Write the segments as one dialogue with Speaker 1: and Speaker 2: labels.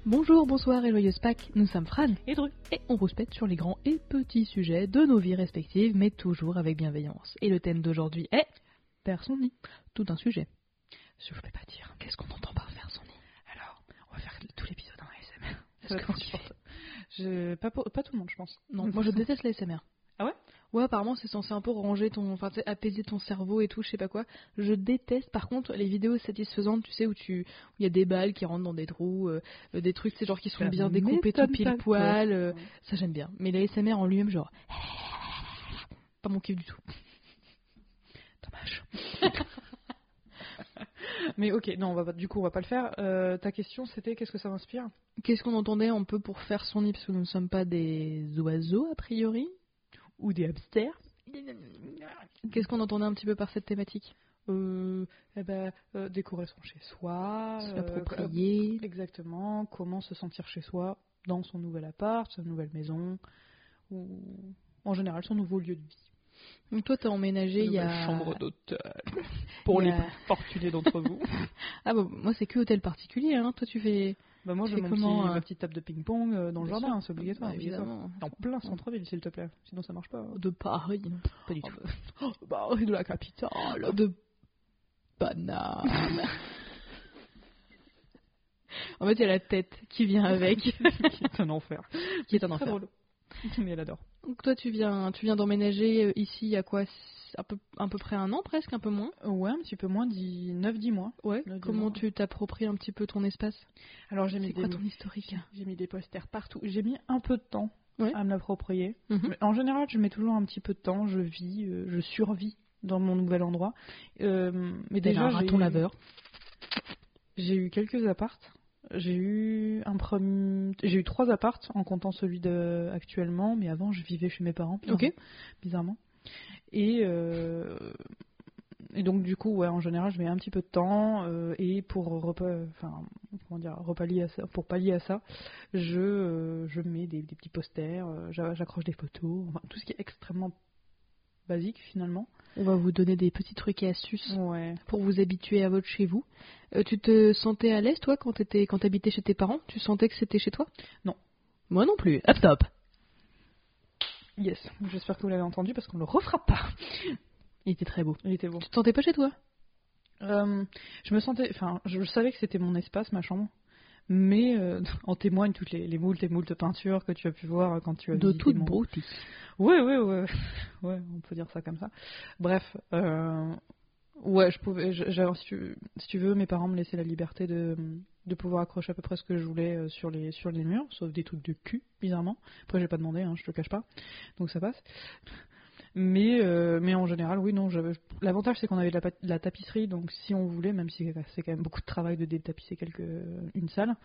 Speaker 1: Bonjour, bonsoir et joyeuse Pâques, nous sommes Fran
Speaker 2: et Dru,
Speaker 1: et on rouspète sur les grands et petits sujets de nos vies respectives, mais toujours avec bienveillance. Et le thème d'aujourd'hui est faire son nid, tout un sujet. Je ne peux pas dire, qu'est-ce qu'on entend par faire son nid?
Speaker 2: Alors, on va faire tout l'épisode en ASMR.
Speaker 1: Est-ce que
Speaker 2: Pas tout le monde, je pense.
Speaker 1: Non, moi je déteste l'ASMR.
Speaker 2: Ah ouais?
Speaker 1: Ouais, apparemment c'est censé un peu ranger apaiser ton cerveau et tout, je sais pas quoi. Je déteste par contre les vidéos satisfaisantes, tu sais, où il y a des balles qui rentrent dans des trous, des trucs, c'est genre qui sont bien découpés tout pile poil, ça j'aime bien. Mais l'ASMR en lui-même, genre, pas mon kiff du tout. Dommage.
Speaker 2: Mais ok, non, du coup on va pas le faire. Ta question c'était qu'est-ce que ça m'inspire?
Speaker 1: Qu'est-ce qu'on entendait un peu pour faire son nid, parce que nous ne sommes pas des oiseaux a priori?
Speaker 2: Ou des hamsters.
Speaker 1: Qu'est-ce qu'on entendait un petit peu par cette thématique?
Speaker 2: Décorer son chez soi,
Speaker 1: se l'approprier.
Speaker 2: Exactement, comment se sentir chez soi dans son nouvel appart, sa nouvelle maison, ou en général son nouveau lieu de vie.
Speaker 1: Donc toi t'as emménagé il y a...
Speaker 2: chambre d'hôtel, pour les plus fortunés d'entre vous.
Speaker 1: Ah bon, moi c'est que hôtel particulier, hein. Toi tu fais...
Speaker 2: Bah moi j'ai ma petite table de ping-pong dans le jardin, hein, c'est obligatoire.
Speaker 1: Bah, évidemment.
Speaker 2: En plein centre-ville s'il te plaît, sinon ça marche pas.
Speaker 1: De Paris, non, pas du tout.
Speaker 2: Paris de la capitale.
Speaker 1: De banane. En fait il y a la tête qui vient avec.
Speaker 2: Qui est un enfer.
Speaker 1: Qui est un enfer.
Speaker 2: Drôle. Mais elle adore.
Speaker 1: Donc toi tu viens d'emménager ici il y a quoi, à peu près un an presque, un peu moins?
Speaker 2: Ouais, un petit peu moins, 9-10 mois.
Speaker 1: Ouais. Comment tu t'appropries un petit peu ton espace?
Speaker 2: Alors
Speaker 1: c'est quoi ton historique?
Speaker 2: J'ai mis des posters partout. J'ai mis un peu de temps à me l'approprier.
Speaker 1: Mm-hmm.
Speaker 2: En général, je mets toujours un petit peu de temps. Je vis, je survis dans mon nouvel endroit. Mais déjà,
Speaker 1: un raton laveur.
Speaker 2: J'ai eu quelques apparts. J'ai eu 3 apparts en comptant celui actuellement, mais avant je vivais chez mes parents. Bizarrement. Et donc du coup, ouais, en général, je mets un petit peu de temps et pour pallier à ça, je mets des petits posters, j'accroche des photos, enfin, tout ce qui est extrêmement basique finalement.
Speaker 1: On va vous donner des petits trucs et astuces pour vous habituer à votre chez vous. Tu te sentais à l'aise, toi, quand t'habitais chez tes parents? Tu sentais que c'était chez toi?
Speaker 2: Non.
Speaker 1: Moi non plus. Hop top.
Speaker 2: Yes. J'espère que vous l'avez entendu parce qu'on le refera pas.
Speaker 1: Il était très beau.
Speaker 2: Il était beau.
Speaker 1: Tu te sentais pas chez toi?
Speaker 2: Je savais que c'était mon espace, ma chambre. Mais en témoignent toutes les moultes peintures que tu as pu voir quand tu as
Speaker 1: de
Speaker 2: visité
Speaker 1: toute beauté.
Speaker 2: Ouais, on peut dire ça comme ça. Bref, je pouvais. Si tu veux, mes parents me laissaient la liberté de pouvoir accrocher à peu près ce que je voulais sur les murs, sauf des trucs de cul, bizarrement. Après, j'ai pas demandé, hein, je te cache pas, donc ça passe. Mais en général, oui, non. L'avantage, c'est qu'on avait de la tapisserie, donc si on voulait, même si c'est quand même beaucoup de travail de détapisser une salle,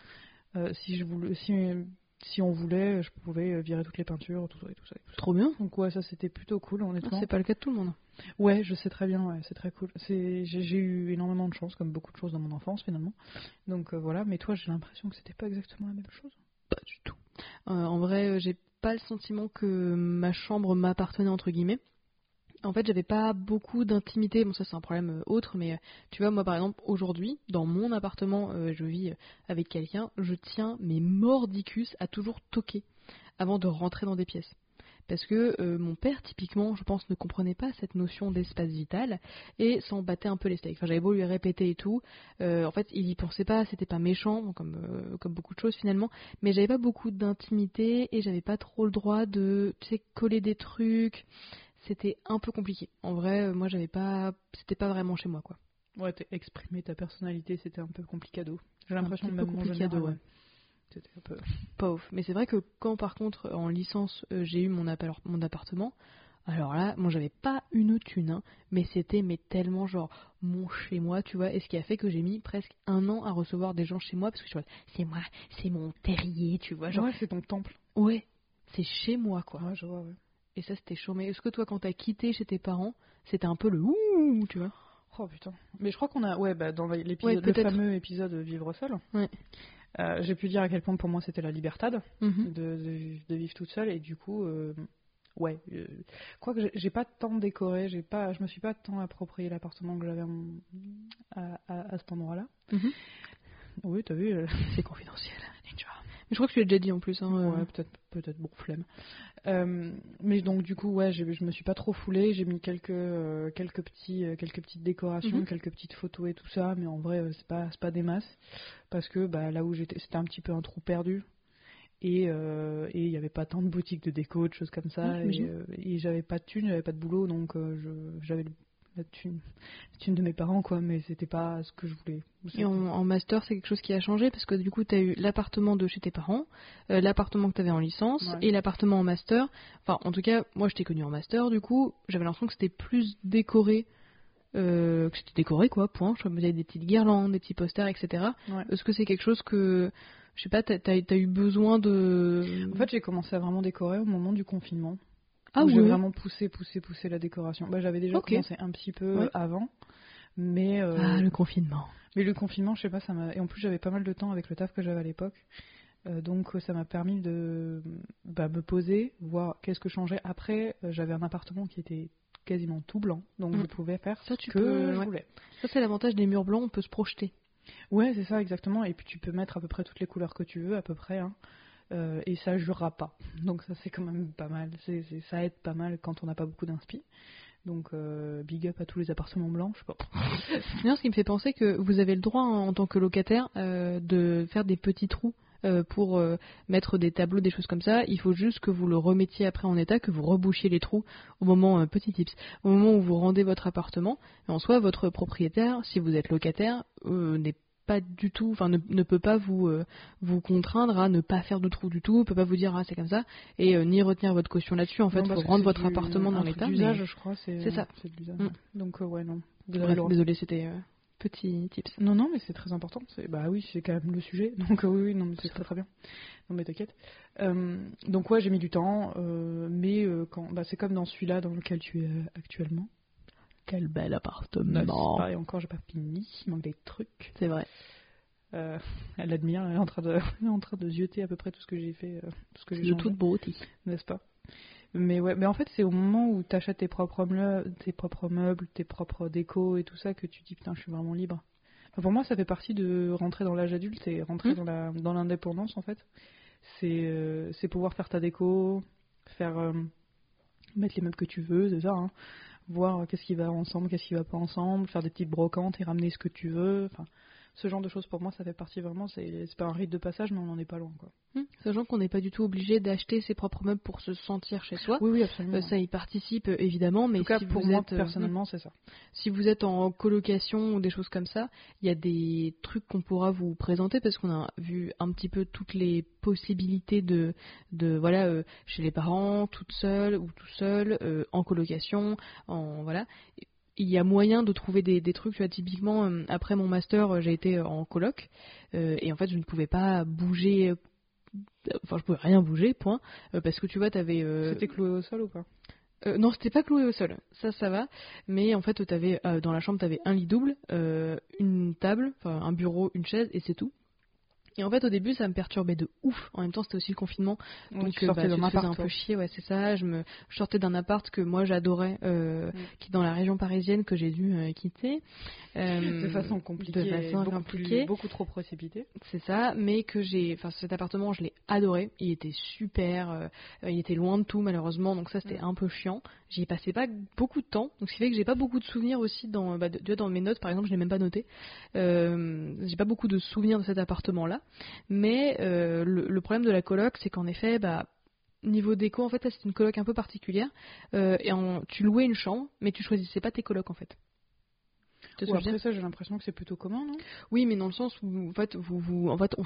Speaker 2: si on voulait, je pouvais virer toutes les peintures, tout ça.
Speaker 1: Trop bien.
Speaker 2: Donc ouais, ça c'était plutôt cool, honnêtement.
Speaker 1: C'est pas le cas de tout le monde.
Speaker 2: Ouais, je sais très bien, ouais, c'est très cool. J'ai eu énormément de chance, comme beaucoup de choses dans mon enfance finalement. Donc voilà, mais toi, j'ai l'impression que c'était pas exactement la même chose.
Speaker 1: Pas du tout. En vrai, j'ai pas le sentiment que ma chambre m'appartenait entre guillemets. En fait, j'avais pas beaucoup d'intimité. Bon, ça c'est un problème autre, mais tu vois, moi par exemple, aujourd'hui, dans mon appartement, je vis avec quelqu'un, je tiens mes mordicus à toujours toquer avant de rentrer dans des pièces. Parce que mon père, typiquement, je pense, ne comprenait pas cette notion d'espace vital et s'en battait un peu les steaks. Enfin, j'avais beau lui répéter et tout, en fait, il y pensait pas, c'était pas méchant, comme beaucoup de choses finalement, mais j'avais pas beaucoup d'intimité et j'avais pas trop le droit de, tu sais, coller des trucs. C'était un peu compliqué. En vrai, moi, c'était pas vraiment chez moi, quoi.
Speaker 2: Ouais, exprimer ta personnalité, c'était un peu complicado. J'ai l'impression
Speaker 1: que
Speaker 2: même mon général, ouais. C'était un peu
Speaker 1: pas ouf. Mais c'est vrai que quand, par contre, en licence, j'ai eu mon appartement, alors là, moi, j'avais pas une thune, hein, mais c'était tellement genre mon chez moi, tu vois. Et ce qui a fait que j'ai mis presque 1 an à recevoir des gens chez moi, parce que tu vois, c'est moi, c'est mon terrier, tu vois. Genre,
Speaker 2: ouais, c'est ton temple.
Speaker 1: Ouais, c'est chez moi, quoi.
Speaker 2: Ouais, je vois, ouais.
Speaker 1: Et ça, c'était chaud. Mais est-ce que toi, quand t'as quitté chez tes parents, c'était un peu le ouh, tu vois?
Speaker 2: Oh putain. Mais je crois qu'on a, dans l'épisode, le fameux épisode Vivre seul, j'ai pu dire à quel point pour moi c'était la libertad de vivre toute seule. Et du coup, quoique j'ai pas tant décoré, je me suis pas tant approprié l'appartement que j'avais à cet endroit-là. Oui, t'as vu,
Speaker 1: c'est confidentiel. Mais je crois que tu l'as déjà dit en plus. Hein,
Speaker 2: Ouais, peut-être, bon, flemme. Mais donc du coup, ouais, je me suis pas trop foulée. J'ai mis quelques petites décorations, quelques petites photos et tout ça. Mais en vrai, c'est pas des masses. Parce que là où j'étais, c'était un petit peu un trou perdu. Et il n'y avait pas tant de boutiques de déco, de choses comme ça. Et j'avais pas de thunes, j'avais pas de boulot. Donc j'avais la thune de mes parents, quoi. Mais c'était pas ce que je voulais.
Speaker 1: Et en master, c'est quelque chose qui a changé parce que du coup, tu as eu l'appartement de chez tes parents, l'appartement que tu avais en licence et l'appartement en master. Enfin, en tout cas, moi, je t'ai connu en master, du coup, j'avais l'impression que c'était plus décoré, quoi, point. Je faisais des petites guirlandes, des petits posters, etc.
Speaker 2: Ouais.
Speaker 1: Est-ce que c'est quelque chose que, je sais pas, t'as eu besoin de...
Speaker 2: En fait, j'ai commencé à vraiment décorer au moment du confinement.
Speaker 1: Ah ouais.
Speaker 2: J'ai vraiment poussé la décoration. J'avais déjà commencé un petit peu avant. Mais
Speaker 1: le confinement.
Speaker 2: Mais le confinement, je sais pas, ça m'a. Et en plus, j'avais pas mal de temps avec le taf que j'avais à l'époque, donc ça m'a permis de me poser, voir qu'est-ce que changeait. Après, j'avais un appartement qui était quasiment tout blanc, donc je pouvais faire ce que je voulais.
Speaker 1: Ça, c'est l'avantage des murs blancs, on peut se projeter.
Speaker 2: Ouais, c'est ça exactement. Et puis tu peux mettre à peu près toutes les couleurs que tu veux, à peu près. Hein. Et ça jurera pas. Donc ça, c'est quand même pas mal. Ça aide pas mal quand on n'a pas beaucoup d'inspi. Donc big up à tous les appartements blancs, je sais pas.
Speaker 1: D'ailleurs, ce qui me fait penser que vous avez le droit en tant que locataire de faire des petits trous pour mettre des tableaux, des choses comme ça. Il faut juste que vous le remettiez après en état, que vous rebouchiez les trous au moment, petit tips, au moment où vous rendez votre appartement. Et en soi, votre propriétaire, si vous êtes locataire, n'est pas du tout, enfin ne peut pas vous contraindre à ne pas faire de trous du tout, peut pas vous dire c'est comme ça et ni retenir votre caution là-dessus. En fait, il faut rendre votre appartement dans l'état.
Speaker 2: D'usage, je crois, c'est
Speaker 1: ça.
Speaker 2: C'est de l'usage. Donc ouais, non.
Speaker 1: Désolé, c'était petit tips.
Speaker 2: Non, mais c'est très important. Bah oui, c'est quand même le sujet. Donc oui, non, mais c'est très très bien. Non, mais t'inquiète. Donc ouais, j'ai mis du temps, mais c'est comme dans celui-là dans lequel tu es actuellement.
Speaker 1: Quel bel appartement.
Speaker 2: C'est pareil, encore, j'ai pas fini. Il manque des trucs.
Speaker 1: C'est vrai.
Speaker 2: Elle admire, elle est en train de zioter à peu près tout ce que j'ai fait, tout ce que j'ai changé.
Speaker 1: De toute beauté,
Speaker 2: n'est-ce pas? Mais ouais, mais en fait, c'est au moment où t'achètes tes propres meubles, tes propres décos et tout ça que tu te dis putain, je suis vraiment libre. Enfin, pour moi, ça fait partie de rentrer dans l'âge adulte et rentrer dans l'indépendance en fait. C'est pouvoir faire ta déco, mettre les meubles que tu veux, c'est ça. Hein. Voir qu'est-ce qui va ensemble, qu'est-ce qui va pas ensemble, faire des petites brocantes et ramener ce que tu veux. Enfin, ce genre de choses pour moi, ça fait partie vraiment. C'est pas un rite de passage, mais on n'en est pas loin, quoi.
Speaker 1: Sachant qu'on n'est pas du tout obligé d'acheter ses propres meubles pour se sentir chez soi.
Speaker 2: Oui, absolument.
Speaker 1: Ça y participe évidemment, mais
Speaker 2: en tout cas,
Speaker 1: si
Speaker 2: pour
Speaker 1: vous
Speaker 2: moi,
Speaker 1: êtes,
Speaker 2: personnellement, c'est ça.
Speaker 1: Si vous êtes en colocation ou des choses comme ça, il y a des trucs qu'on pourra vous présenter parce qu'on a vu un petit peu toutes les possibilités de chez les parents, toute seule ou tout seul, en colocation, voilà. Il y a moyen de trouver des trucs, tu vois, typiquement, après mon master, j'ai été en coloc, et en fait, je ne pouvais pas bouger, enfin, je pouvais rien bouger, point, parce que tu vois, t'avais...
Speaker 2: C'était cloué au sol ou pas?
Speaker 1: Non, c'était pas cloué au sol, ça va, mais en fait, dans la chambre, t'avais un lit double, une table, enfin, un bureau, une chaise, et c'est tout. Et en fait, au début, ça me perturbait de ouf. En même temps, c'était aussi le confinement. Donc,
Speaker 2: tu sortais d'un appart,
Speaker 1: un peu chier, ouais, c'est ça. Je sortais d'un appart que moi, j'adorais, qui est dans la région parisienne, que j'ai dû quitter.
Speaker 2: De façon compliquée. Beaucoup trop précipitée.
Speaker 1: C'est ça, mais cet appartement, je l'ai adoré. Il était super. Il était loin de tout, malheureusement. Donc ça, c'était un peu chiant. J'y passais pas beaucoup de temps. Donc ce qui fait que j'ai pas beaucoup de souvenirs aussi dans mes notes, par exemple, je l'ai même pas noté. J'ai pas beaucoup de souvenirs de cet appartement-là. Mais le problème de la coloc, c'est qu'en effet, niveau déco, en fait, c'est une coloc un peu particulière. Tu louais une chambre, mais tu choisissais pas tes colocs, en fait.
Speaker 2: Après ça, j'ai l'impression que c'est plutôt commun, non?
Speaker 1: Oui, mais dans le sens où, en fait, on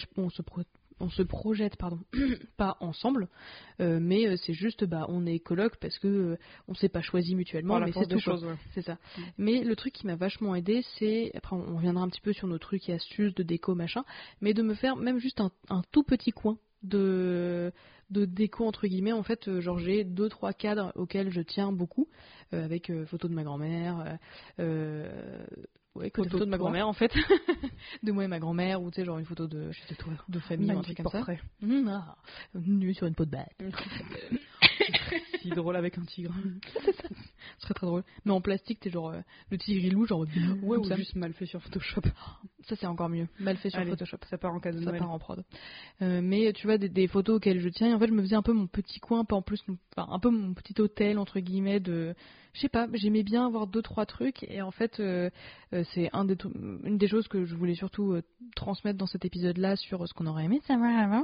Speaker 1: se projette, pas ensemble, mais c'est juste, on est coloc parce que on s'est pas choisi mutuellement, mais c'est tout. C'est ça. Mais le truc qui m'a vachement aidé, c'est, après on reviendra un petit peu sur nos trucs et astuces de déco machin, mais de me faire même juste un tout petit coin de déco entre guillemets. En fait, genre j'ai 2-3 cadres auxquels je tiens beaucoup, avec photos de ma grand-mère, photo de ma grand-mère en fait, de moi et ma grand-mère, ou tu sais, genre une photo de famille, un truc comme ça. Nu sur une peau de bête.
Speaker 2: Si drôle avec un tigre.
Speaker 1: C'est ça. Ce serait très drôle. Mais en plastique, t'es genre le tigre ilou, genre
Speaker 2: ou juste mal fait sur Photoshop.
Speaker 1: Ça c'est encore mieux. Mal fait sur
Speaker 2: Allez,
Speaker 1: Photoshop.
Speaker 2: ça part en cadeau de
Speaker 1: Ça
Speaker 2: Noël.
Speaker 1: part en prod. Mais tu vois, des photos auxquelles je tiens, et en fait, je me faisais un peu mon petit coin, pas en plus, enfin, un peu mon petit hôtel, entre guillemets, de. Je sais pas, j'aimais bien avoir 2-3 trucs, et en fait, c'est une des choses que je voulais surtout transmettre dans cet épisode-là sur ce qu'on aurait aimé savoir avant.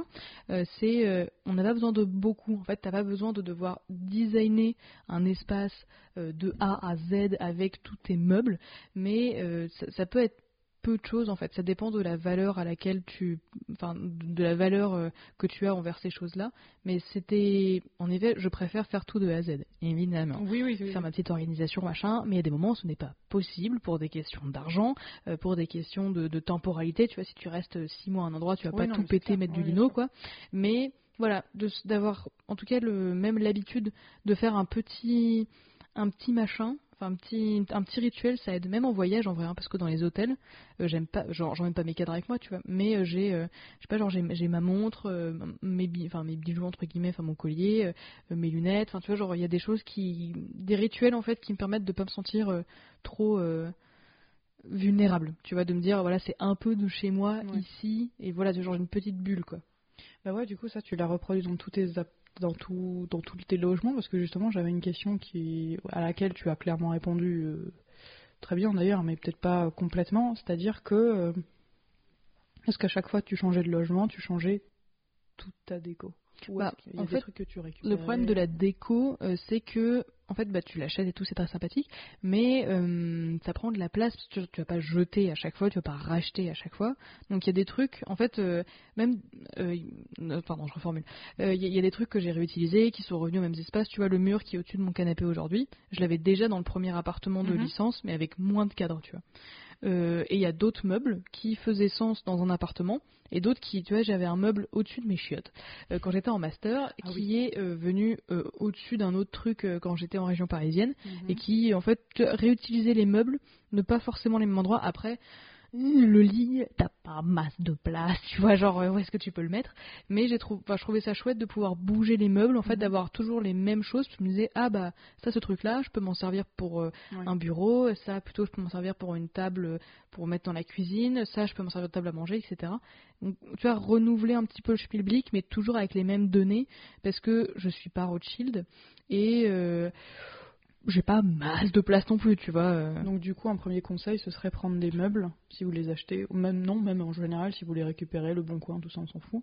Speaker 1: On n'a pas besoin de beaucoup. En fait, t'as pas besoin de devoir designer un espace de A à Z avec tous tes meubles, mais ça peut être peu de choses en fait, ça dépend de la valeur à laquelle de la valeur que tu as envers ces choses-là, mais en effet, je préfère faire tout de A à Z, évidemment.
Speaker 2: Oui.
Speaker 1: Faire ma petite organisation, machin, mais il y a des moments où ce n'est pas possible pour des questions d'argent, pour des questions de temporalité, tu vois, si tu restes 6 mois à un endroit, tu vas pas tout péter, mettre du lino, quoi, mais voilà, d'avoir en tout cas même l'habitude de faire un petit machin. Enfin, un petit rituel, ça aide même en voyage en vrai, hein, parce que dans les hôtels, j'aime pas, j'emmène pas mes cadres avec moi, tu vois, mais je sais pas, j'ai ma montre, mes bijoux entre guillemets, enfin mon collier, mes lunettes, enfin tu vois, genre il y a des choses des rituels en fait qui me permettent de pas me sentir trop vulnérable, tu vois, de me dire voilà c'est un peu de chez moi ici, et voilà, c'est genre une petite bulle quoi.
Speaker 2: Bah ouais, du coup ça tu l'as reproduit dans tous tes logements, parce que justement j'avais une question à laquelle tu as clairement répondu très bien d'ailleurs, mais peut-être pas complètement, c'est-à-dire que est-ce qu'à chaque fois que tu changeais de logement, tu changeais toute ta déco? Ou
Speaker 1: Bah,
Speaker 2: il y a
Speaker 1: en
Speaker 2: des
Speaker 1: fait,
Speaker 2: trucs que tu récupères?
Speaker 1: le problème de la déco, c'est que en fait, bah, tu l'achètes et tout, c'est très sympathique, mais ça prend de la place, parce que tu vas pas jeter à chaque fois, tu vas pas racheter à chaque fois. Donc il y a des trucs, en fait, pardon, je reformule. Il y a des trucs que j'ai réutilisés, qui sont revenus aux mêmes espaces. Tu vois, le mur qui est au-dessus de mon canapé aujourd'hui, je l'avais déjà dans le premier appartement de licence, mais avec moins de cadres, tu vois. Et il y a d'autres meubles qui faisaient sens dans un appartement et d'autres qui, tu vois, j'avais un meuble au-dessus de mes chiottes quand j'étais en master est venu au-dessus d'un autre truc quand j'étais en région parisienne et qui, en fait, réutilisait les meubles, ne pas forcément les mêmes endroits. Après, le lit, t'as pas masse de place, tu vois, genre où est-ce que tu peux le mettre, mais je trouvais ça chouette de pouvoir bouger les meubles, en fait, d'avoir toujours les mêmes choses. Je me disais, ah bah ça, ce truc-là, je peux m'en servir pour un bureau, ça plutôt je peux m'en servir pour une table pour mettre dans la cuisine, ça je peux m'en servir de table à manger, etc. Donc tu vois, renouveler un petit peu le schmilblick, mais toujours avec les mêmes données, parce que je suis pas Rothschild et j'ai pas masse de place non plus, tu vois.
Speaker 2: Donc du coup, un premier conseil, ce serait prendre des meubles, si vous les achetez, ou même non, même en général, si vous les récupérez, le Bon Coin, tout ça, on s'en fout,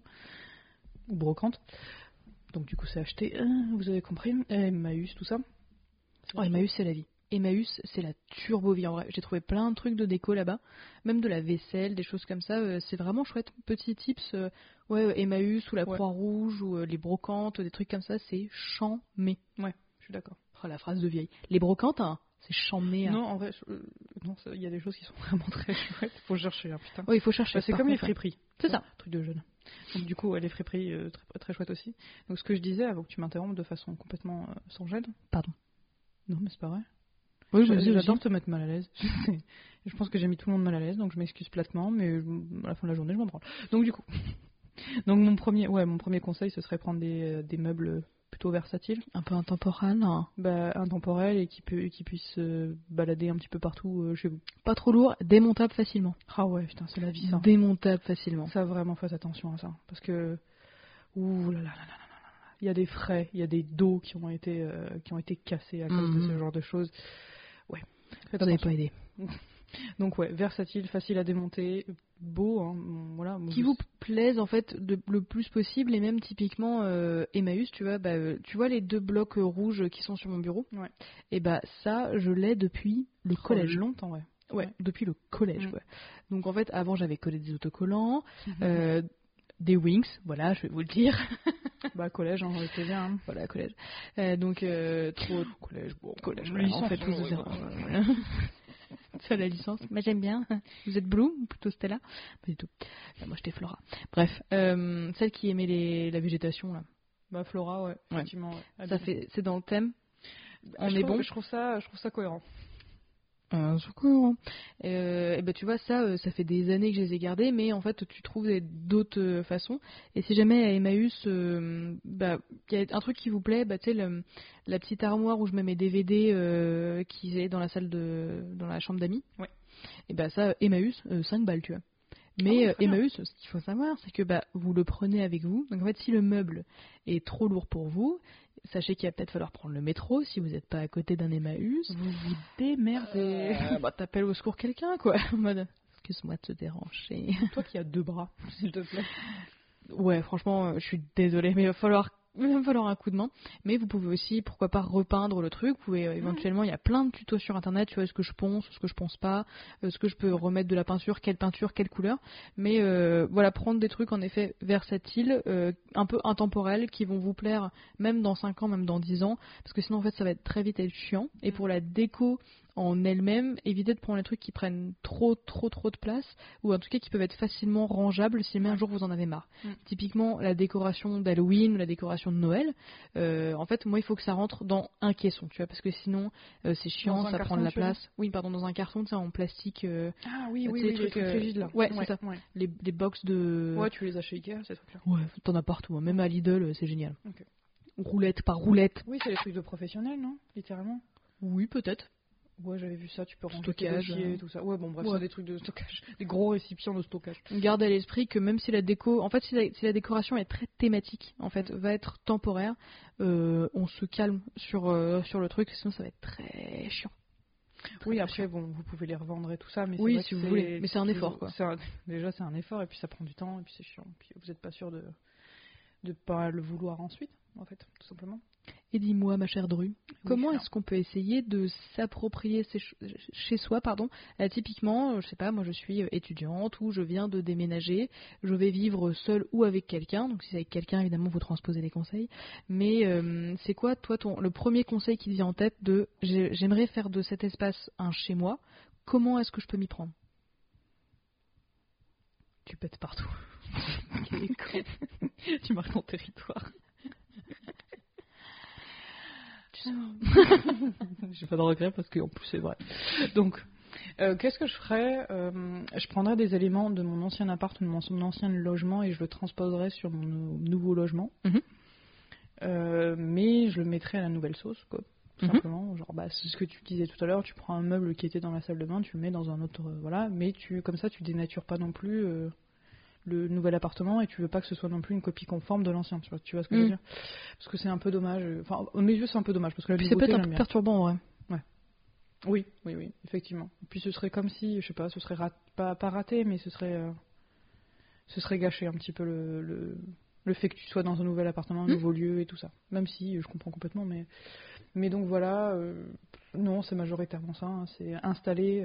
Speaker 2: ou Brocante. Donc du coup, c'est acheté, vous avez compris, Emmaüs, tout ça.
Speaker 1: Emmaüs, c'est la vie. Emmaüs, c'est la turbo vie en vrai. J'ai trouvé plein de trucs de déco là-bas, même de la vaisselle, des choses comme ça. C'est vraiment chouette. Petit tips, Emmaüs ou la Croix-Rouge ou les brocantes, des trucs comme ça, c'est chambé.
Speaker 2: Ouais, je suis d'accord.
Speaker 1: Oh, la phrase de vieille. Les brocantes, hein, c'est chambé.
Speaker 2: Non, en vrai, il y a des choses qui sont vraiment très chouettes. Faut chercher, hein, putain.
Speaker 1: Oui, il faut chercher.
Speaker 2: C'est comme les friperies.
Speaker 1: C'est ça.
Speaker 2: Truc de jeune. Donc du coup, les friperies, très, très chouettes aussi. Donc ce que je disais, avant que tu m'interrompes de façon complètement sans gêne.
Speaker 1: Pardon.
Speaker 2: Non, mais c'est pas vrai.
Speaker 1: Oui,
Speaker 2: j'adore te mettre mal à l'aise. Je pense que j'ai mis tout le monde mal à l'aise, donc je m'excuse platement, mais à la fin de la journée, je m'en branle. Donc du coup, mon premier conseil, ce serait prendre des meubles plutôt versatiles,
Speaker 1: un peu intemporels, hein.
Speaker 2: Intemporels et qui puissent se balader un petit peu partout chez vous.
Speaker 1: Pas trop lourd, démontable facilement.
Speaker 2: Ah ouais, putain, c'est la vie ça.
Speaker 1: Démontable facilement.
Speaker 2: Ça, vraiment, faites attention à ça, parce que ouh là là là là. Il y a des frais, il y a des dos qui ont été cassés à cause de ce genre de choses. Ouais.
Speaker 1: Vous n'avez pas aidé.
Speaker 2: Donc ouais, versatile, facile à démonter, beau, hein, voilà.
Speaker 1: Qui vous plaise en fait le plus possible, et même typiquement Emmaüs, tu vois les 2 blocs rouges qui sont sur mon bureau.
Speaker 2: Ouais.
Speaker 1: Et bah ça, je l'ai depuis le collège.
Speaker 2: Longtemps, ouais.
Speaker 1: Ouais, depuis le collège. Ouais. Donc en fait, avant j'avais collé des autocollants. Des wings, voilà, je vais vous le dire.
Speaker 2: Collège, hein, c'est bien. Hein.
Speaker 1: Voilà, collège. Trop collège, bon, collège.
Speaker 2: Licence,
Speaker 1: en fait, c'est la licence. Mais j'aime bien. Vous êtes Blue ou plutôt Stella? Pas du tout. Moi, j'étais Flora. Bref, celle qui aimait la végétation là.
Speaker 2: Flora, ouais. Effectivement. Ouais.
Speaker 1: C'est dans le thème.
Speaker 2: Je trouve ça cohérent.
Speaker 1: C'est cool. Et tu vois, ça fait des années que je les ai gardés, mais en fait, tu trouves d'autres façons. Et si jamais à Emmaüs, il y a un truc qui vous plaît, tu sais, la petite armoire où je mets mes DVD qui est dans la salle dans la chambre d'amis.
Speaker 2: Ouais.
Speaker 1: Et ça, Emmaüs, 5 balles, tu vois. Mais
Speaker 2: très bien.
Speaker 1: Emmaüs, ce qu'il faut savoir, c'est que vous le prenez avec vous. Donc en fait, si le meuble est trop lourd pour vous, sachez qu'il va peut-être falloir prendre le métro si vous n'êtes pas à côté d'un Emmaüs.
Speaker 2: Vous vous démerdez.
Speaker 1: T'appelles au secours quelqu'un, quoi. En mode, excuse-moi de te déranger.
Speaker 2: Toi qui as 2 bras, s'il te plaît.
Speaker 1: Ouais, franchement, je suis désolée, mais il va me falloir un coup de main. Mais vous pouvez aussi, pourquoi pas, repeindre le truc. Vous pouvez, éventuellement, il y a plein de tutos sur internet, tu vois, ce que je ponce, ce que je ponce pas, ce que je peux remettre de la peinture, quelle couleur. Mais voilà, prendre des trucs en effet versatiles, un peu intemporels, qui vont vous plaire même dans 5 ans, même dans 10 ans. Parce que sinon, en fait, ça va être très vite être chiant. Et pour la déco en elle-même, évitez de prendre les trucs qui prennent trop de place, ou en tout cas qui peuvent être facilement rangeables si jamais un jour vous en avez marre. Typiquement, la décoration d'Halloween ou la décoration de Noël, en fait, moi, il faut que ça rentre dans un caisson, tu vois, parce que sinon, c'est chiant, ça prend de la place. Oui, pardon, dans un carton, tu sais, en plastique.
Speaker 2: Ah oui,
Speaker 1: tu sais,
Speaker 2: les trucs rigides là.
Speaker 1: Ouais, c'est ça.
Speaker 2: Ouais.
Speaker 1: Les box de.
Speaker 2: Ouais, tu les as chez Ikea, ces trucs-là.
Speaker 1: Ouais, t'en as partout, hein. Même à Lidl, c'est génial.
Speaker 2: Ok.
Speaker 1: Roulette par roulette.
Speaker 2: Oui, c'est les trucs de professionnels, non? Littéralement.
Speaker 1: Oui, peut-être.
Speaker 2: Ouais, j'avais vu ça, tu peux ranger
Speaker 1: Stockage,
Speaker 2: tes dossiers, tout ça. Ouais, bon, bref,
Speaker 1: ouais.
Speaker 2: c'est des trucs de stockage. Des gros récipients de stockage.
Speaker 1: Garde à l'esprit que même si la déco, en fait, si la décoration est très thématique, en fait, va être temporaire, on se calme sur le truc, sinon ça va être très chiant.
Speaker 2: Oui, après, bon, vous pouvez les revendre et tout ça, mais
Speaker 1: oui,
Speaker 2: c'est vrai
Speaker 1: si
Speaker 2: que
Speaker 1: vous voulez, mais c'est un effort, quoi.
Speaker 2: Déjà, c'est un effort, et puis ça prend du temps, et puis c'est chiant. Puis vous n'êtes pas sûr de pas le vouloir ensuite, en fait, tout simplement.
Speaker 1: Et dis-moi, ma chère Dru, comment
Speaker 2: oui,
Speaker 1: est-ce qu'on peut essayer de s'approprier chez soi, pardon, typiquement, je sais pas, moi je suis étudiante ou je viens de déménager, je vais vivre seule ou avec quelqu'un, donc si c'est avec quelqu'un, évidemment, vous transposez les conseils, mais c'est quoi, toi, le premier conseil qui te vient en tête de j'aimerais faire de cet espace un chez moi, comment est-ce que je peux m'y prendre?
Speaker 2: Tu pètes partout. Tu marques ton territoire. J'ai pas de regret parce qu'en plus c'est vrai. Donc, qu'est-ce que je ferais? Je prendrais des éléments de mon ancien appart ou de mon ancien logement et je le transposerais sur mon nouveau logement. Mais je le mettrais à la nouvelle sauce, quoi. Tout simplement. Genre, c'est ce que tu disais tout à l'heure. Tu prends un meuble qui était dans la salle de bain, tu le mets dans un autre, voilà. Mais comme ça, tu dénatures pas non plus le nouvel appartement et tu veux pas que ce soit non plus une copie conforme de l'ancien, tu vois ce que je veux dire, parce que c'est un peu dommage, enfin à mes yeux c'est un peu dommage parce que la nouveauté,
Speaker 1: c'est peut-être un peu perturbant en vrai.
Speaker 2: Oui, effectivement. Et puis ce serait comme si, je sais pas, ce serait pas raté, mais ce serait gâché un petit peu le fait que tu sois dans un nouvel appartement, un nouveau lieu et tout ça, même si je comprends complètement, mais donc voilà, non, c'est majoritairement ça, hein, c'est installer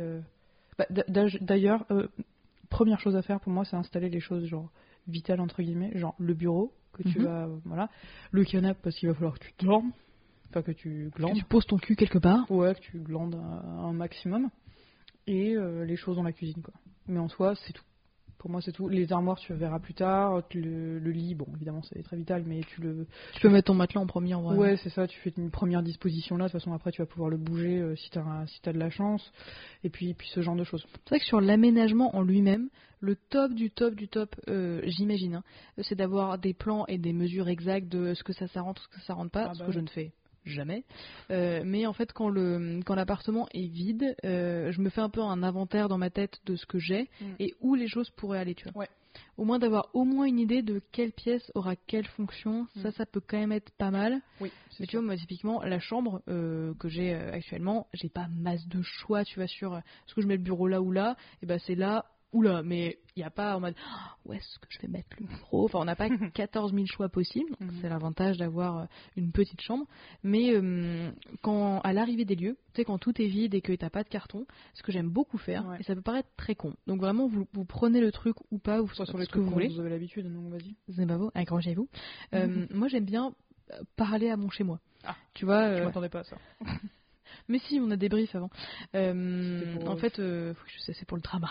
Speaker 2: d'ailleurs, première chose à faire pour moi, c'est installer les choses genre vitales entre guillemets, genre le bureau que tu vas, voilà, le canapé parce qu'il va falloir que tu dormes, enfin que tu glandes,
Speaker 1: que tu poses ton cul quelque part,
Speaker 2: ouais, que tu glandes un maximum, et les choses dans la cuisine, quoi. Mais en soi, c'est tout. Pour moi, c'est tout. Les armoires, tu verras plus tard. Le lit, bon, évidemment, c'est très vital, mais tu
Speaker 1: peux mettre ton matelas en premier, en vrai.
Speaker 2: Ouais, c'est ça. Tu fais une première disposition là. De toute façon, après, tu vas pouvoir le bouger si t'as de la chance. Et puis ce genre de choses.
Speaker 1: C'est vrai que sur l'aménagement en lui-même, le top du top, j'imagine, hein, c'est d'avoir des plans et des mesures exactes de ce que ça rentre, ce que ça rentre pas, ce que je ne fais jamais. Mais en fait, quand l'appartement est vide, je me fais un peu un inventaire dans ma tête de ce que j'ai et où les choses pourraient aller, tu vois.
Speaker 2: Ouais.
Speaker 1: Au moins d'avoir au moins une idée de quelle pièce aura quelle fonction, ça peut quand même être pas mal.
Speaker 2: Oui,
Speaker 1: mais tu vois, moi typiquement la chambre que j'ai actuellement, j'ai pas masse de choix, tu vois, sur est-ce que je mets le bureau là ou là, et ben c'est là ou là, mais il n'y a pas en mode où est-ce que je vais mettre le bureau, enfin on n'a pas 14 000 choix possibles, c'est l'avantage d'avoir une petite chambre, mais quand à l'arrivée des lieux, tu sais, quand tout est vide et que t'as pas de carton, ce que j'aime beaucoup faire, et ça peut paraître très con, donc vraiment vous prenez le truc ou pas, ou
Speaker 2: sur les
Speaker 1: ce que vous voulez,
Speaker 2: vous avez l'habitude, donc vas-y.
Speaker 1: C'est pas beau, accrochez-vous. Moi j'aime bien parler à mon chez moi, tu vois.
Speaker 2: Je m'attendais pas à ça.
Speaker 1: Mais si, on a des briefs avant. En fait, je sais, c'est pour le drama.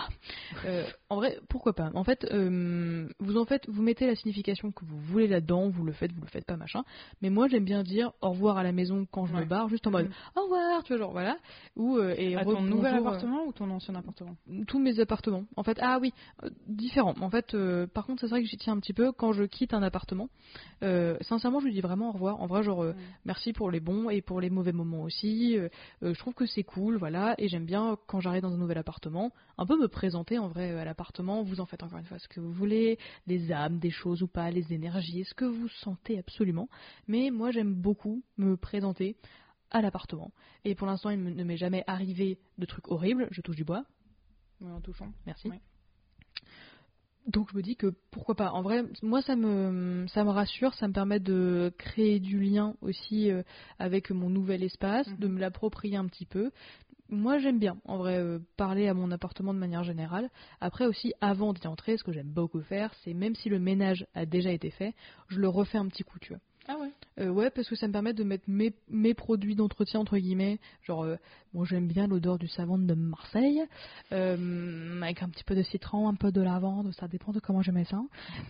Speaker 1: En vrai, pourquoi pas. En fait, vous mettez la signification que vous voulez là-dedans, vous le faites pas, machin. Mais moi, j'aime bien dire au revoir à la maison quand je me barre, juste en mode au revoir, tu vois, genre voilà.
Speaker 2: À ton nouvel appartement ou ton ancien appartement?
Speaker 1: Tous mes appartements. En fait, différents. En fait, par contre, c'est vrai que j'y tiens un petit peu quand je quitte un appartement. Sincèrement, je lui dis vraiment au revoir. En vrai, genre, merci pour les bons et pour les mauvais moments aussi. Je trouve que c'est cool, voilà, et j'aime bien quand j'arrive dans un nouvel appartement, un peu me présenter en vrai à l'appartement. Vous en faites encore une fois ce que vous voulez, des âmes, des choses ou pas, les énergies, ce que vous sentez absolument. Mais moi j'aime beaucoup me présenter à l'appartement. Et pour l'instant ne m'est jamais arrivé de trucs horribles, je touche du bois.
Speaker 2: Oui, en touchant.
Speaker 1: Merci.
Speaker 2: Oui.
Speaker 1: Donc je me dis que pourquoi pas. En vrai, moi ça me rassure, ça me permet de créer du lien aussi avec mon nouvel espace, de me l'approprier un petit peu. Moi j'aime bien, en vrai, parler à mon appartement de manière générale. Après aussi, avant d'y entrer, ce que j'aime beaucoup faire, c'est même si le ménage a déjà été fait, je le refais un petit coup, tu vois.
Speaker 2: Ah ouais.
Speaker 1: Ouais, parce que ça me permet de mettre mes produits d'entretien, entre guillemets. Genre, bon, j'aime bien l'odeur du savon de Marseille, avec un petit peu de citron, un peu de lavande, ça dépend de comment j'aime ça.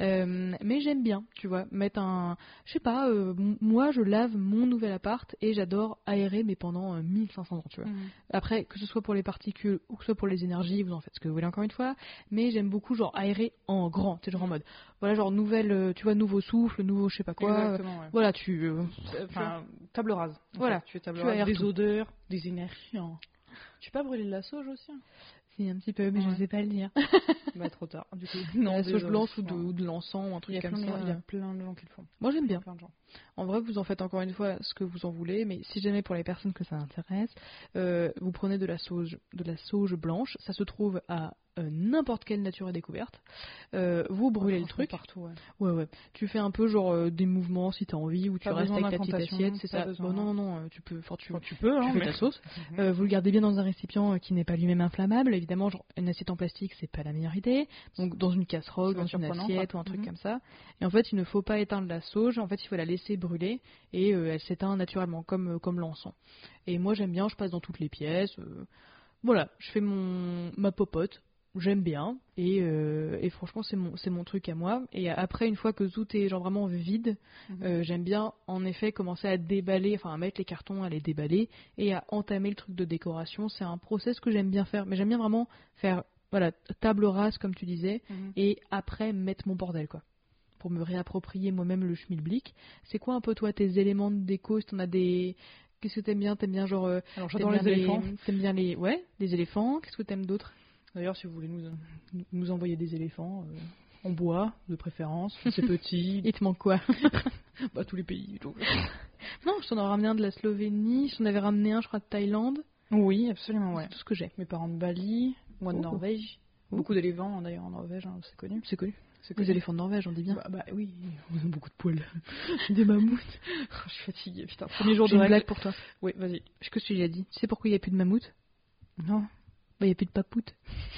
Speaker 1: Mais j'aime bien, tu vois, mettre un... Je sais pas, moi, je lave mon nouvel appart et j'adore aérer, mais pendant 1500 ans, tu vois. Après, que ce soit pour les particules ou que ce soit pour les énergies, vous en faites ce que vous voulez encore une fois, mais j'aime beaucoup, genre, aérer en grand, tu sais, genre en mode, voilà, genre, nouvelle, tu vois, nouveau souffle, nouveau je sais pas quoi.
Speaker 2: Exactement, ouais.
Speaker 1: Voilà, tu...
Speaker 2: Enfin, table rase.
Speaker 1: Voilà,
Speaker 2: tu fais table
Speaker 1: tu
Speaker 2: rase,
Speaker 1: aères
Speaker 2: des
Speaker 1: tout.
Speaker 2: odeurs, des énergies. Hein. Tu peux pas brûler de la sauge aussi hein.
Speaker 1: Si, un petit peu, mais je sais pas le dire.
Speaker 2: Bah, trop tard, du coup.
Speaker 1: La sauge
Speaker 2: désolé.
Speaker 1: blanche ou de l'encens ou un truc comme ça.
Speaker 2: Il y a plein de gens qui le font.
Speaker 1: Moi, j'aime bien.
Speaker 2: Plein de gens.
Speaker 1: En vrai, vous en faites encore une fois ce que vous en voulez, mais si jamais pour les personnes que ça intéresse, vous prenez de la sauge blanche, ça se trouve à n'importe quelle nature et découverte. Vous brûlez le truc.
Speaker 2: Partout,
Speaker 1: Ouais. Tu fais un peu genre des mouvements si t'as envie, ou tu
Speaker 2: pas
Speaker 1: restes avec ta petite
Speaker 2: d'incantation,
Speaker 1: assiette, c'est ça.
Speaker 2: besoin.
Speaker 1: Bon, non, tu peux.
Speaker 2: Tu peux, hein,
Speaker 1: tu fais ta sauce. Vous le gardez bien dans un récipient qui n'est pas lui-même inflammable. Évidemment, genre, une assiette en plastique, c'est pas la meilleure idée. Donc dans une casserole, dans une assiette ou un truc comme ça. Et en fait, il ne faut pas éteindre la sauge. En fait, il faut la laisser brûler et elle s'éteint naturellement, comme l'encens. Et moi, j'aime bien. Je passe dans toutes les pièces. Voilà, je fais ma popote. J'aime bien et franchement c'est mon truc à moi. Et après, une fois que tout est genre vraiment vide, j'aime bien en effet commencer à déballer, enfin à mettre les cartons, à les déballer et à entamer le truc de décoration. C'est un process que j'aime bien faire, mais j'aime bien vraiment faire voilà, table rase comme tu disais, et après mettre mon bordel quoi, pour me réapproprier moi-même le schmilblick. C'est quoi un peu toi tes éléments de déco? Si t'en as des... Qu'est-ce que t'aimes bien? T'aimes bien genre...
Speaker 2: Alors j'adore les éléphants.
Speaker 1: T'aimes bien les... Ouais, les éléphants. Qu'est-ce que t'aimes d'autre?
Speaker 2: D'ailleurs, si vous voulez nous envoyer des éléphants en bois, de préférence, c'est petit.
Speaker 1: Il te manque quoi?
Speaker 2: Bah, tous les pays. Donc.
Speaker 1: Non, je t'en ai ramené un de la Slovénie, je t'en avais ramené un, je crois, de Thaïlande.
Speaker 2: Oui, absolument, ouais.
Speaker 1: C'est tout ce que j'ai.
Speaker 2: Mes parents de Bali, moi de Norvège. Beaucoup d'éléphants, d'ailleurs, en Norvège, hein, c'est connu.
Speaker 1: C'est connu. Les éléphants de Norvège, on dit bien.
Speaker 2: Bah oui, ils ont beaucoup de poils. Des mammouths. Je suis fatiguée, putain. Premier jour de
Speaker 1: J'ai une
Speaker 2: règle.
Speaker 1: blague pour toi.
Speaker 2: Oui, vas-y.
Speaker 1: Est-ce que tu l'as dit? Tu sais pourquoi il n'y a plus de mammouth?
Speaker 2: Non.
Speaker 1: Bah, il n'y a plus de papoute.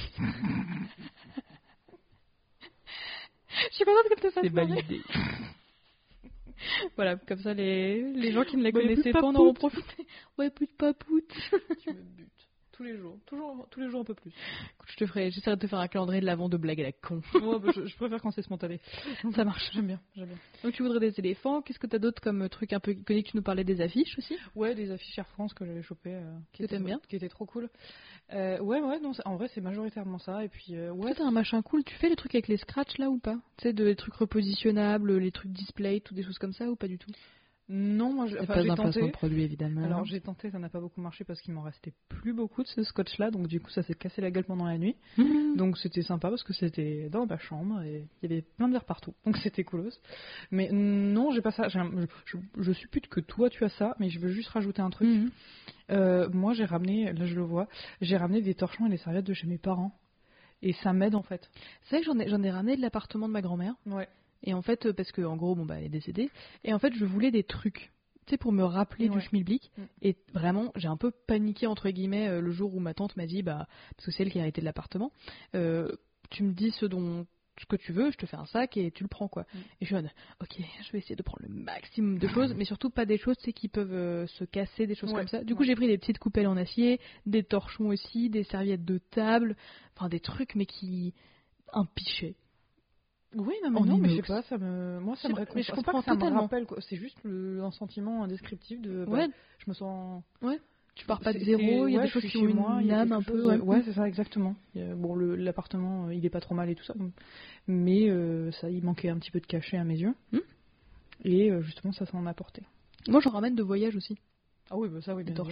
Speaker 1: Je suis contente que tu fasses.
Speaker 2: C'est validé.
Speaker 1: Voilà, comme ça les gens qui ne la
Speaker 2: Bah,
Speaker 1: connaissaient pas en auront profité. Ouais, plus de papoute.
Speaker 2: Tu me butes. Tous les jours. Tous les jours un peu plus.
Speaker 1: Écoute, j'essaierai de te faire un calendrier de l'avant de blagues à la con.
Speaker 2: Ouais, bah, je préfère quand c'est spontané.
Speaker 1: Ça marche.
Speaker 2: J'aime bien.
Speaker 1: Donc tu voudrais des éléphants. Qu'est-ce que t'as d'autre comme truc un peu iconique? Tu nous parlais des affiches aussi.
Speaker 2: Ouais, des affiches Air France que j'avais chopées.
Speaker 1: Que t'aimes bien?
Speaker 2: Qui étaient trop cool. Ouais, non, en vrai, c'est majoritairement ça. Et puis, ouais.
Speaker 1: Toi, t'as un machin cool. Tu fais les trucs avec les scratchs là ou pas? Tu sais, les trucs repositionnables, les trucs display, tout des choses comme ça ou pas du tout?
Speaker 2: Non, moi,
Speaker 1: Pas
Speaker 2: j'ai
Speaker 1: un placement
Speaker 2: tenté.
Speaker 1: de produit évidemment.
Speaker 2: Alors j'ai tenté, ça n'a pas beaucoup marché parce qu'il m'en restait plus beaucoup de ce scotch-là, donc du coup ça s'est cassé la gueule pendant la nuit. Donc c'était sympa parce que c'était dans ma chambre et il y avait plein de verre partout, donc c'était coolos. Mais non, j'ai pas ça. Je suppute que toi tu as ça, mais je veux juste rajouter un truc. Moi j'ai ramené, là je le vois, j'ai ramené des torchons et des serviettes de chez mes parents et ça m'aide en fait.
Speaker 1: C'est vrai que j'en ai ramené de l'appartement de ma grand-mère.
Speaker 2: Ouais.
Speaker 1: Et en fait, parce que en gros, bon bah elle est décédée. Et en fait, je voulais des trucs, tu sais, pour me rappeler du schmilblick. Et vraiment, j'ai un peu paniqué entre guillemets le jour où ma tante m'a dit, bah, parce que c'est elle qui a hérité de l'appartement. Tu me dis ce que tu veux, je te fais un sac et tu le prends quoi. Et je suis en mode, ok, je vais essayer de prendre le maximum de choses, mais surtout pas des choses, tu sais, qui peuvent se casser, des choses comme ça. Du coup, j'ai pris des petites coupelles en acier, des torchons aussi, des serviettes de table, enfin des trucs mais qui un pichet.
Speaker 2: Oui, non, mais je sais pas, ça me réconforte.
Speaker 1: Mais je comprends totalement.
Speaker 2: Ça me rappelle, quoi. C'est juste un sentiment indescriptif de. Bah, je me sens.
Speaker 1: Ouais. Tu pars pas de zéro, il y a des choses qui ont une âme un peu.
Speaker 2: Ouais, c'est ça, exactement. Bon, l'appartement, il est pas trop mal et tout ça, mais ça, il manquait un petit peu de cachet à mes yeux. Et justement, ça s'en a apporté.
Speaker 1: Moi, j'en ramène de voyage aussi.
Speaker 2: Ah oui, bah ça, oui, bien
Speaker 1: torchons.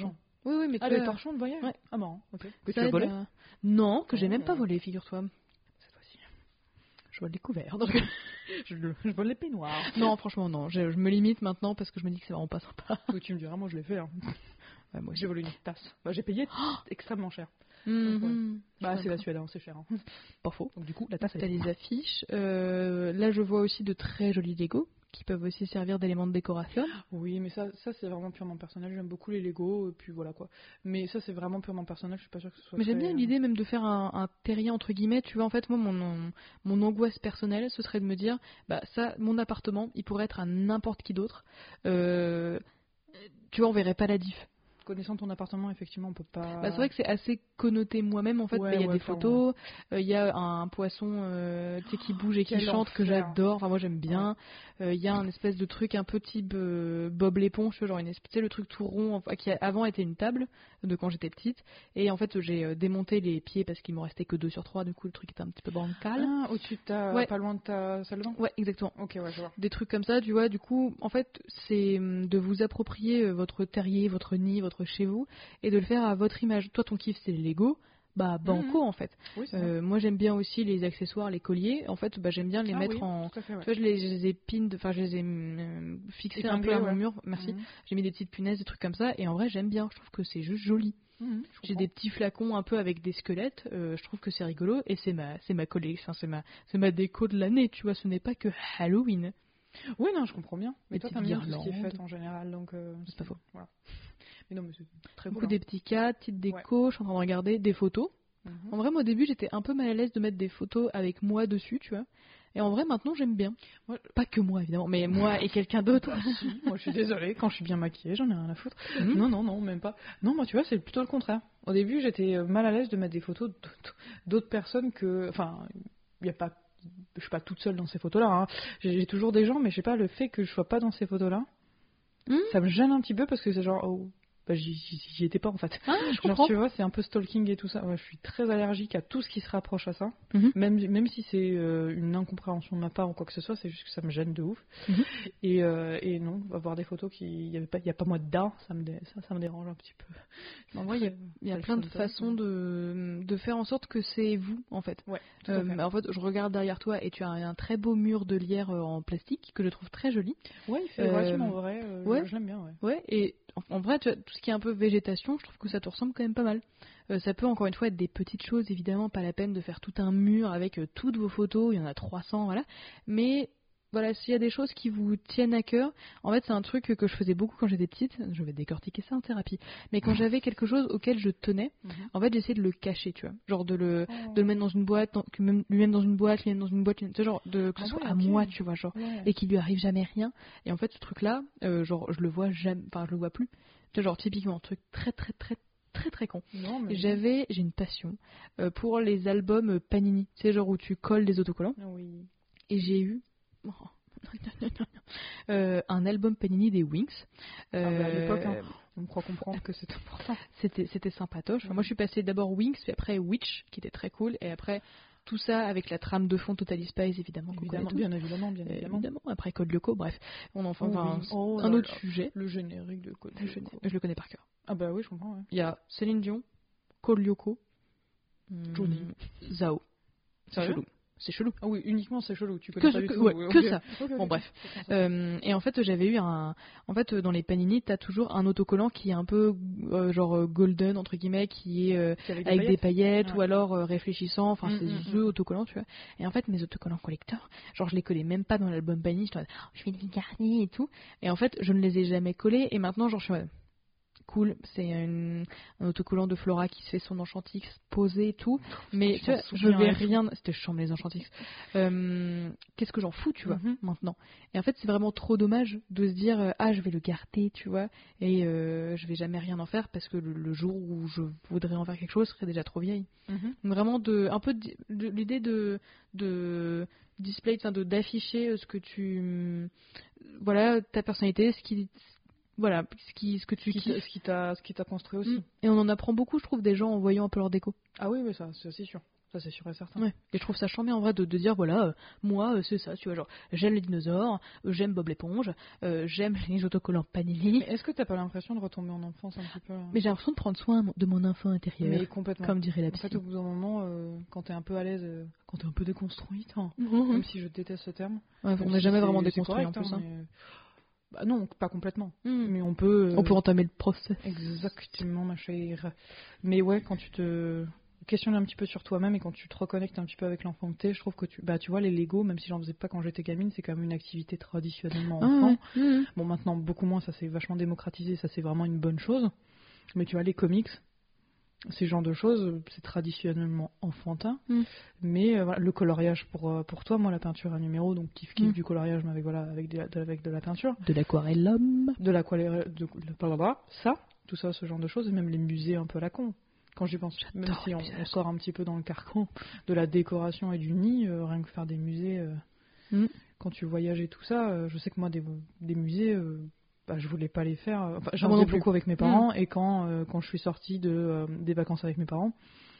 Speaker 1: Oui, mais
Speaker 2: Ah, les torchons de voyage.
Speaker 1: Ouais.
Speaker 2: Ah, marrant, ok. Que tu
Speaker 1: ça
Speaker 2: as
Speaker 1: aide
Speaker 2: volé
Speaker 1: à- Non, que j'ai
Speaker 2: Oh.
Speaker 1: même pas volé, figure-toi.
Speaker 2: cette fois-ci. Je vole les couverts, donc je vole les peignoirs.
Speaker 1: Non, franchement, non. Je me limite maintenant parce que je me dis que c'est vraiment pas sympa.
Speaker 2: Oui, tu me diras, moi je l'ai fait. Hein.
Speaker 1: Ouais, moi aussi.
Speaker 2: J'ai volé une tasse. Bah, j'ai payé extrêmement cher.
Speaker 1: Mhm.
Speaker 2: Bah,
Speaker 1: Je
Speaker 2: c'est la
Speaker 1: comprends.
Speaker 2: Suède, hein, c'est cher. Hein.
Speaker 1: Pas faux.
Speaker 2: Donc, du coup, la tasse,
Speaker 1: T'as
Speaker 2: elle est
Speaker 1: les affiches. Là, je vois aussi de très jolis Lego qui peuvent aussi servir d'éléments de décoration.
Speaker 2: Oui, mais ça c'est vraiment purement personnel. J'aime beaucoup les Lego, et puis voilà quoi. Mais ça, c'est vraiment purement personnel. Je suis pas sûre que ce soit.
Speaker 1: Mais j'aime
Speaker 2: très...
Speaker 1: bien l'idée même de faire un terrier entre guillemets. Tu vois, en fait, moi, mon angoisse personnelle, ce serait de me dire, bah ça, mon appartement, il pourrait être à n'importe qui d'autre. Tu vois, on verrait pas la diff.
Speaker 2: Connaissant ton appartement, effectivement, on peut pas.
Speaker 1: Bah, c'est vrai que c'est assez connoté moi-même en fait.
Speaker 2: Ouais,
Speaker 1: Bah, il y a
Speaker 2: ouais,
Speaker 1: des
Speaker 2: clairement.
Speaker 1: photos, il y a un poisson tu sais, qui bouge et qui
Speaker 2: Quel
Speaker 1: chante que
Speaker 2: enfer.
Speaker 1: j'adore. Enfin moi j'aime bien. Il y a un espèce de truc un peu type Bob l'éponge, genre une espèce, tu sais, le truc tout rond enfin, qui avant était une table de quand j'étais petite. Et en fait j'ai démonté les pieds parce qu'il m'en restait que 2 sur 3. Du coup le truc était un petit peu bancal.
Speaker 2: Ah, au-dessus de ta.
Speaker 1: Ouais.
Speaker 2: Pas loin de ta salle de bain.
Speaker 1: Ouais exactement.
Speaker 2: Ok, ouais, je vois.
Speaker 1: Des trucs comme ça, tu vois. Du coup en fait c'est de vous approprier votre terrier, votre nid, votre chez vous et de le faire à votre image. Toi, ton kiff, c'est les Lego. Bah, banco, en fait.
Speaker 2: Oui, c'est vrai.
Speaker 1: Moi, j'aime bien aussi les accessoires, les colliers. En fait, bah, j'aime bien les mettre
Speaker 2: oui,
Speaker 1: en...
Speaker 2: tout à fait, ouais.
Speaker 1: Tu vois, je les ai pinned, enfin, je les ai fixés un peu à
Speaker 2: Épinglés,
Speaker 1: mon
Speaker 2: ouais.
Speaker 1: mur. Merci.
Speaker 2: Mhm.
Speaker 1: J'ai mis des petites punaises, des trucs comme ça. Et en vrai, j'aime bien. Je trouve que c'est juste joli.
Speaker 2: Mhm, je
Speaker 1: J'ai
Speaker 2: comprends.
Speaker 1: des petits flacons un peu avec des squelettes. Je trouve que c'est rigolo. Et c'est ma collection. C'est ma déco de l'année, tu vois. Ce n'est pas que Halloween.
Speaker 2: Oui, non, je comprends bien. Mais
Speaker 1: Les
Speaker 2: toi,
Speaker 1: petites
Speaker 2: t'aimes bien tout ce qui est
Speaker 1: guirlandes.
Speaker 2: fête en général, donc.
Speaker 1: C'est pas faux.
Speaker 2: Voilà. Mais non, mais c'est très
Speaker 1: Beaucoup
Speaker 2: cool.
Speaker 1: des petits cadres, petites décos. Je suis en train de regarder des photos.
Speaker 2: Mhm.
Speaker 1: En vrai, moi au début, j'étais un peu mal à l'aise de mettre des photos avec moi dessus, tu vois. Et en vrai, maintenant, j'aime bien.
Speaker 2: Ouais.
Speaker 1: Pas que moi, évidemment, mais moi et quelqu'un d'autre.
Speaker 2: Si, moi je suis désolée, quand je suis bien maquillée, j'en ai rien à foutre.
Speaker 1: Mhm.
Speaker 2: Non, même pas. Non, moi tu vois, c'est plutôt le contraire. Au début, j'étais mal à l'aise de mettre des photos d'autres personnes que. Enfin, il y a pas. Je suis pas toute seule dans ces photos-là. Hein. J'ai toujours des gens, mais je sais pas, le fait que je sois pas dans ces photos-là, ça me gêne un petit peu parce que c'est genre. Oh, bah, j'y étais pas en fait.
Speaker 1: Ah, je
Speaker 2: Genre,
Speaker 1: comprends.
Speaker 2: tu vois, c'est un peu stalking et tout ça. Ouais, je suis très allergique à tout ce qui se rapproche à ça.
Speaker 1: Mhm.
Speaker 2: Même si c'est une incompréhension de ma part ou quoi que ce soit, c'est juste que ça me gêne de ouf.
Speaker 1: Mhm.
Speaker 2: Et non, avoir des photos il y a pas moi dedans, ça me dérange un petit peu.
Speaker 1: En vrai, il y a plein de façons de faire en sorte que c'est vous, en fait.
Speaker 2: Ouais, tout à fait.
Speaker 1: En fait, je regarde derrière toi et tu as un très beau mur de lierre en plastique que je trouve très joli.
Speaker 2: Ouais, il fait relativement vrai.
Speaker 1: ouais.
Speaker 2: Je l'aime bien, ouais.
Speaker 1: Ouais, et en vrai, tu vois, tout ce qui est un peu végétation, je trouve que ça te ressemble quand même pas mal. Ça peut encore une fois être des petites choses, évidemment, pas la peine de faire tout un mur avec toutes vos photos, il y en a 300, voilà. Mais voilà, s'il y a des choses qui vous tiennent à cœur, en fait, c'est un truc que je faisais beaucoup quand j'étais petite, je vais décortiquer ça en thérapie, mais quand j'avais quelque chose auquel je tenais, en fait, j'essayais de le cacher, tu vois. Genre de le mettre dans une boîte, lui-même dans une boîte, lui-même dans une boîte, tu sais, genre que ce soit à moi, tu vois, genre, et qu'il lui arrive jamais rien. Et en fait, ce truc-là, genre, je le vois jamais, enfin, je le vois plus. Tu sais, genre, typiquement, un truc très con.
Speaker 2: Non, mais...
Speaker 1: J'ai une passion pour les albums Panini, tu sais, genre où tu colles des autocollants.
Speaker 2: Oui.
Speaker 1: Et j'ai eu un album Panini des Wings.
Speaker 2: Bah, à l'époque, hein, on croit comprendre que c'est important.
Speaker 1: C'était sympatoche. Enfin, moi, je suis passée d'abord Wings, puis après Witch, qui était très cool, et après tout ça avec la trame de fond Totally Spies, évidemment.
Speaker 2: Bien évidemment.
Speaker 1: Après Code Lyoko, bref. On en fait un autre sujet.
Speaker 2: Le générique de Code Lyoko.
Speaker 1: Je le connais par cœur.
Speaker 2: Ah bah oui, je comprends. Ouais.
Speaker 1: Il y a Céline Dion, Code Lyoko,
Speaker 2: Johnny,
Speaker 1: Zao. C'est
Speaker 2: Sérieux
Speaker 1: chelou. C'est chelou.
Speaker 2: Ah oui, uniquement c'est chelou. Tu connais pas du tout.
Speaker 1: Que ça.
Speaker 2: Okay.
Speaker 1: Bon bref. Et en fait j'avais eu en fait dans les Panini t'as toujours un autocollant qui est un peu genre golden entre guillemets qui est avec des paillettes ou alors réfléchissant. Enfin c'est the autocollant tu vois. Et en fait mes autocollants collecteurs, genre je les collais même pas dans l'album Panini. Je vais les garder et tout. Et en fait je ne les ai jamais collés. Et maintenant genre je suis en mode, cool, c'est un autocollant de Flora qui se fait son Enchantix posé et tout, mais tu vois, je vais rien. C'était chiant les Enchantix. Qu'est-ce que j'en fous, tu vois, maintenant. Et en fait, c'est vraiment trop dommage de se dire je vais le garder, tu vois, et je vais jamais rien en faire parce que le jour où je voudrais en faire quelque chose serait déjà trop vieille. Vraiment un peu l'idée de display, d'afficher ce que tu voilà ta personnalité, ce qui t'a
Speaker 2: construit aussi.
Speaker 1: Et on en apprend beaucoup, je trouve, des gens en voyant un peu leur déco.
Speaker 2: Ah oui, mais ça c'est sûr. ça c'est sûr et certain.
Speaker 1: Ouais. Et je trouve ça chambé en vrai de dire voilà, moi c'est ça, tu vois, genre j'aime les dinosaures, j'aime Bob l'éponge, j'aime les autocollants Panini.
Speaker 2: Mais est-ce que t'as pas l'impression de retomber en enfance un petit peu
Speaker 1: Mais j'ai l'impression de prendre soin de mon enfant intérieur.
Speaker 2: Mais complètement.
Speaker 1: Comme dirait la
Speaker 2: En
Speaker 1: psy.
Speaker 2: fait, au bout d'un moment, quand t'es un peu à l'aise, quand t'es un peu déconstruite, hein,
Speaker 1: Mhm.
Speaker 2: même si je déteste ce terme.
Speaker 1: Ouais, on
Speaker 2: même
Speaker 1: n'est
Speaker 2: si
Speaker 1: jamais
Speaker 2: c'est-
Speaker 1: vraiment
Speaker 2: c'est
Speaker 1: déconstruit
Speaker 2: correct,
Speaker 1: en plus.
Speaker 2: hein, mais- Bah non, pas complètement.
Speaker 1: Mhm.
Speaker 2: Mais on peut.
Speaker 1: On peut entamer le process.
Speaker 2: Exactement, ma chère. Mais ouais, quand tu te questionnes un petit peu sur toi-même et quand tu te reconnectes un petit peu avec l'enfant que t'es, je trouve que tu vois, les Lego, même si j'en faisais pas quand j'étais gamine, c'est quand même une activité traditionnellement enfant.
Speaker 1: Ah, ouais. Mhm.
Speaker 2: Bon, maintenant, beaucoup moins, ça s'est vachement démocratisé, ça c'est vraiment une bonne chose. Mais tu vois, les comics, ces genres de choses, c'est traditionnellement enfantin.
Speaker 1: Mm.
Speaker 2: Mais voilà, le coloriage pour toi, moi, la peinture à numéro, donc kiff du coloriage, mais avec de la peinture.
Speaker 1: De l'aquarellum.
Speaker 2: De l'aquarelle, ça, tout ça, ce genre de choses, et même les musées un peu à la con. Quand j'y pense, même
Speaker 1: J'adore
Speaker 2: si
Speaker 1: les
Speaker 2: on
Speaker 1: musées.
Speaker 2: sort un petit peu dans le carcan de la décoration et du nid, rien que faire des musées, quand tu voyages et tout ça, je sais que moi, des musées, je voulais pas les faire. Enfin, j'en
Speaker 1: moi non
Speaker 2: faisais
Speaker 1: plus.
Speaker 2: beaucoup avec mes parents, et quand je suis sortie des vacances avec mes parents,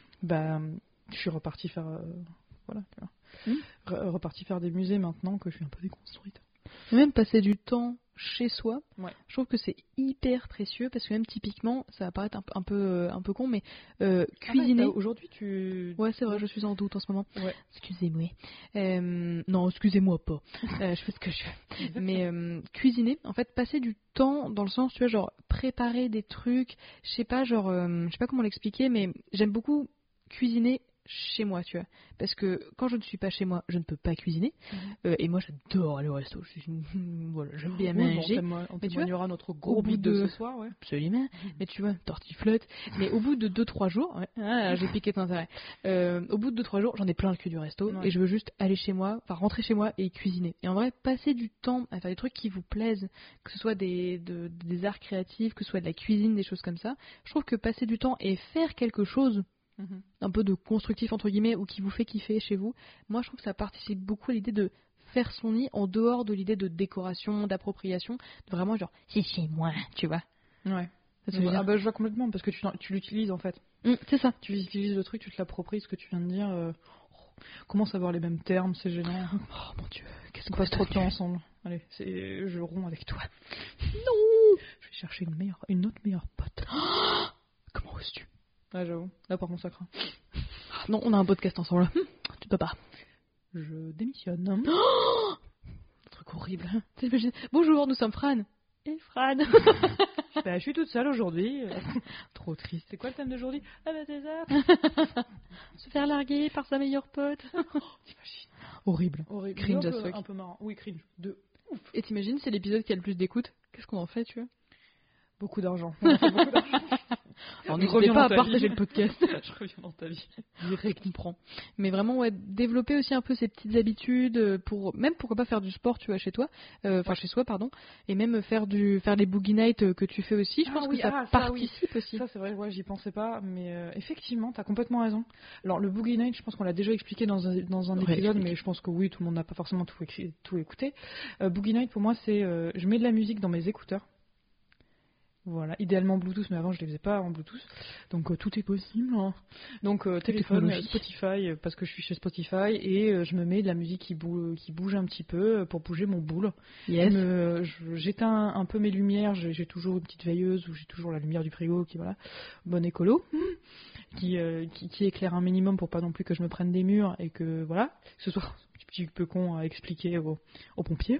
Speaker 2: je suis repartie faire, voilà, tu vois. Repartie faire des musées maintenant que je suis un peu déconstruite.
Speaker 1: Et même passer du temps chez soi,
Speaker 2: Ouais.
Speaker 1: je trouve que c'est hyper précieux parce que même typiquement, ça va paraître un peu con, mais cuisiner.
Speaker 2: Aujourd'hui, tu.
Speaker 1: Ouais, c'est vrai, je suis en doute en ce moment.
Speaker 2: Ouais.
Speaker 1: Excusez-moi. Non, excusez-moi pas. Je fais ce que je veux.
Speaker 2: Exactement.
Speaker 1: Mais cuisiner, en fait, passer du temps dans le sens, tu vois, genre préparer des trucs, je sais pas comment l'expliquer, mais j'aime beaucoup cuisiner chez moi, tu vois. Parce que quand je ne suis pas chez moi, je ne peux pas cuisiner. Et moi, j'adore aller au resto. Voilà, j'aime bien manger.
Speaker 2: On
Speaker 1: Mais tu vois,
Speaker 2: témoignera notre gros
Speaker 1: au bout
Speaker 2: beat de
Speaker 1: de-
Speaker 2: ce soir, ouais.
Speaker 1: Absolument. Mais tu vois, tortiflotte. Mais au bout de 2-3 jours, j'ai piqué ton intérêt. Au bout de 2-3 jours, j'en ai plein le cul du resto.
Speaker 2: Ouais.
Speaker 1: Et je veux juste aller chez moi, enfin rentrer chez moi et cuisiner. Et en vrai, passer du temps à faire des trucs qui vous plaisent, que ce soit des arts créatifs, que ce soit de la cuisine, des choses comme ça. Je trouve que passer du temps et faire quelque chose un peu de constructif entre guillemets ou qui vous fait kiffer chez vous, moi je trouve que ça participe beaucoup à l'idée de faire son nid en dehors de l'idée de décoration, d'appropriation, de vraiment genre c'est chez moi, tu vois.
Speaker 2: Ouais.
Speaker 1: Ça te veut dire
Speaker 2: Je vois complètement parce que tu l'utilises en fait.
Speaker 1: C'est ça.
Speaker 2: Tu utilises le truc, tu te l'appropries, ce que tu viens de dire. Commence à avoir les mêmes termes, c'est gênant.
Speaker 1: Oh mon dieu, qu'est-ce
Speaker 2: On
Speaker 1: qu'on
Speaker 2: passe trop de temps ensemble. Allez, je romps avec toi.
Speaker 1: Non.
Speaker 2: Je vais chercher une autre meilleure pote.
Speaker 1: Comment oses-tu?
Speaker 2: Ah, j'avoue. Là, par contre, ça craint.
Speaker 1: Non, on a un podcast ensemble là. Tu peux pas.
Speaker 2: Je démissionne.
Speaker 1: Un truc horrible. T'imagines? Bonjour, nous sommes Fran. Et Fran.
Speaker 2: Je suis toute seule aujourd'hui. Trop triste. C'est quoi le thème d'aujourd'hui? Ah bah c'est ça.
Speaker 1: Se faire larguer par sa meilleure pote.
Speaker 2: T'imagines?
Speaker 1: Horrible.
Speaker 2: Horrible.
Speaker 1: Cringe
Speaker 2: un
Speaker 1: as
Speaker 2: peu,
Speaker 1: fuck.
Speaker 2: un peu marrant. Oui, cringe.
Speaker 1: Et t'imagines, c'est l'épisode qui a le plus d'écoute. Qu'est-ce qu'on en fait, tu vois?
Speaker 2: Beaucoup d'argent. On a fait beaucoup d'argent.
Speaker 1: Alors
Speaker 2: Je
Speaker 1: n'hésitez
Speaker 2: reviens
Speaker 1: pas à
Speaker 2: dans ta
Speaker 1: partager
Speaker 2: vie.
Speaker 1: le podcast.
Speaker 2: Je reviens dans ta vie.
Speaker 1: Je comprends. Mais vraiment, ouais, développer aussi un peu ces petites habitudes pour, même pourquoi pas faire du sport, tu vois, chez toi, chez soi, pardon, et même faire des boogie nights que tu fais aussi. Je pense que ça participe aussi.
Speaker 2: Ça, c'est vrai, ouais, j'y pensais pas, mais effectivement, t'as complètement raison. Alors, le Boogie Night, je pense qu'on l'a déjà expliqué dans un épisode,
Speaker 1: expliqué.
Speaker 2: mais je pense que oui, tout le monde n'a pas forcément tout écouté. Boogie Night, pour moi, c'est je mets de la musique dans mes écouteurs. Voilà, idéalement Bluetooth, mais avant je les faisais pas en Bluetooth, donc tout est possible. Hein. Donc téléphone,
Speaker 1: technologie.
Speaker 2: Spotify, parce que je suis chez Spotify, et je me mets de la musique qui bouge un petit peu pour bouger mon boule.
Speaker 1: Yes.
Speaker 2: J'éteins un peu mes lumières, j'ai toujours une petite veilleuse, ou j'ai toujours la lumière du frigo qui, voilà, bonne écolo, qui éclaire un minimum pour pas non plus que je me prenne des murs, et que, voilà, que ce soit un petit peu con à expliquer aux pompiers,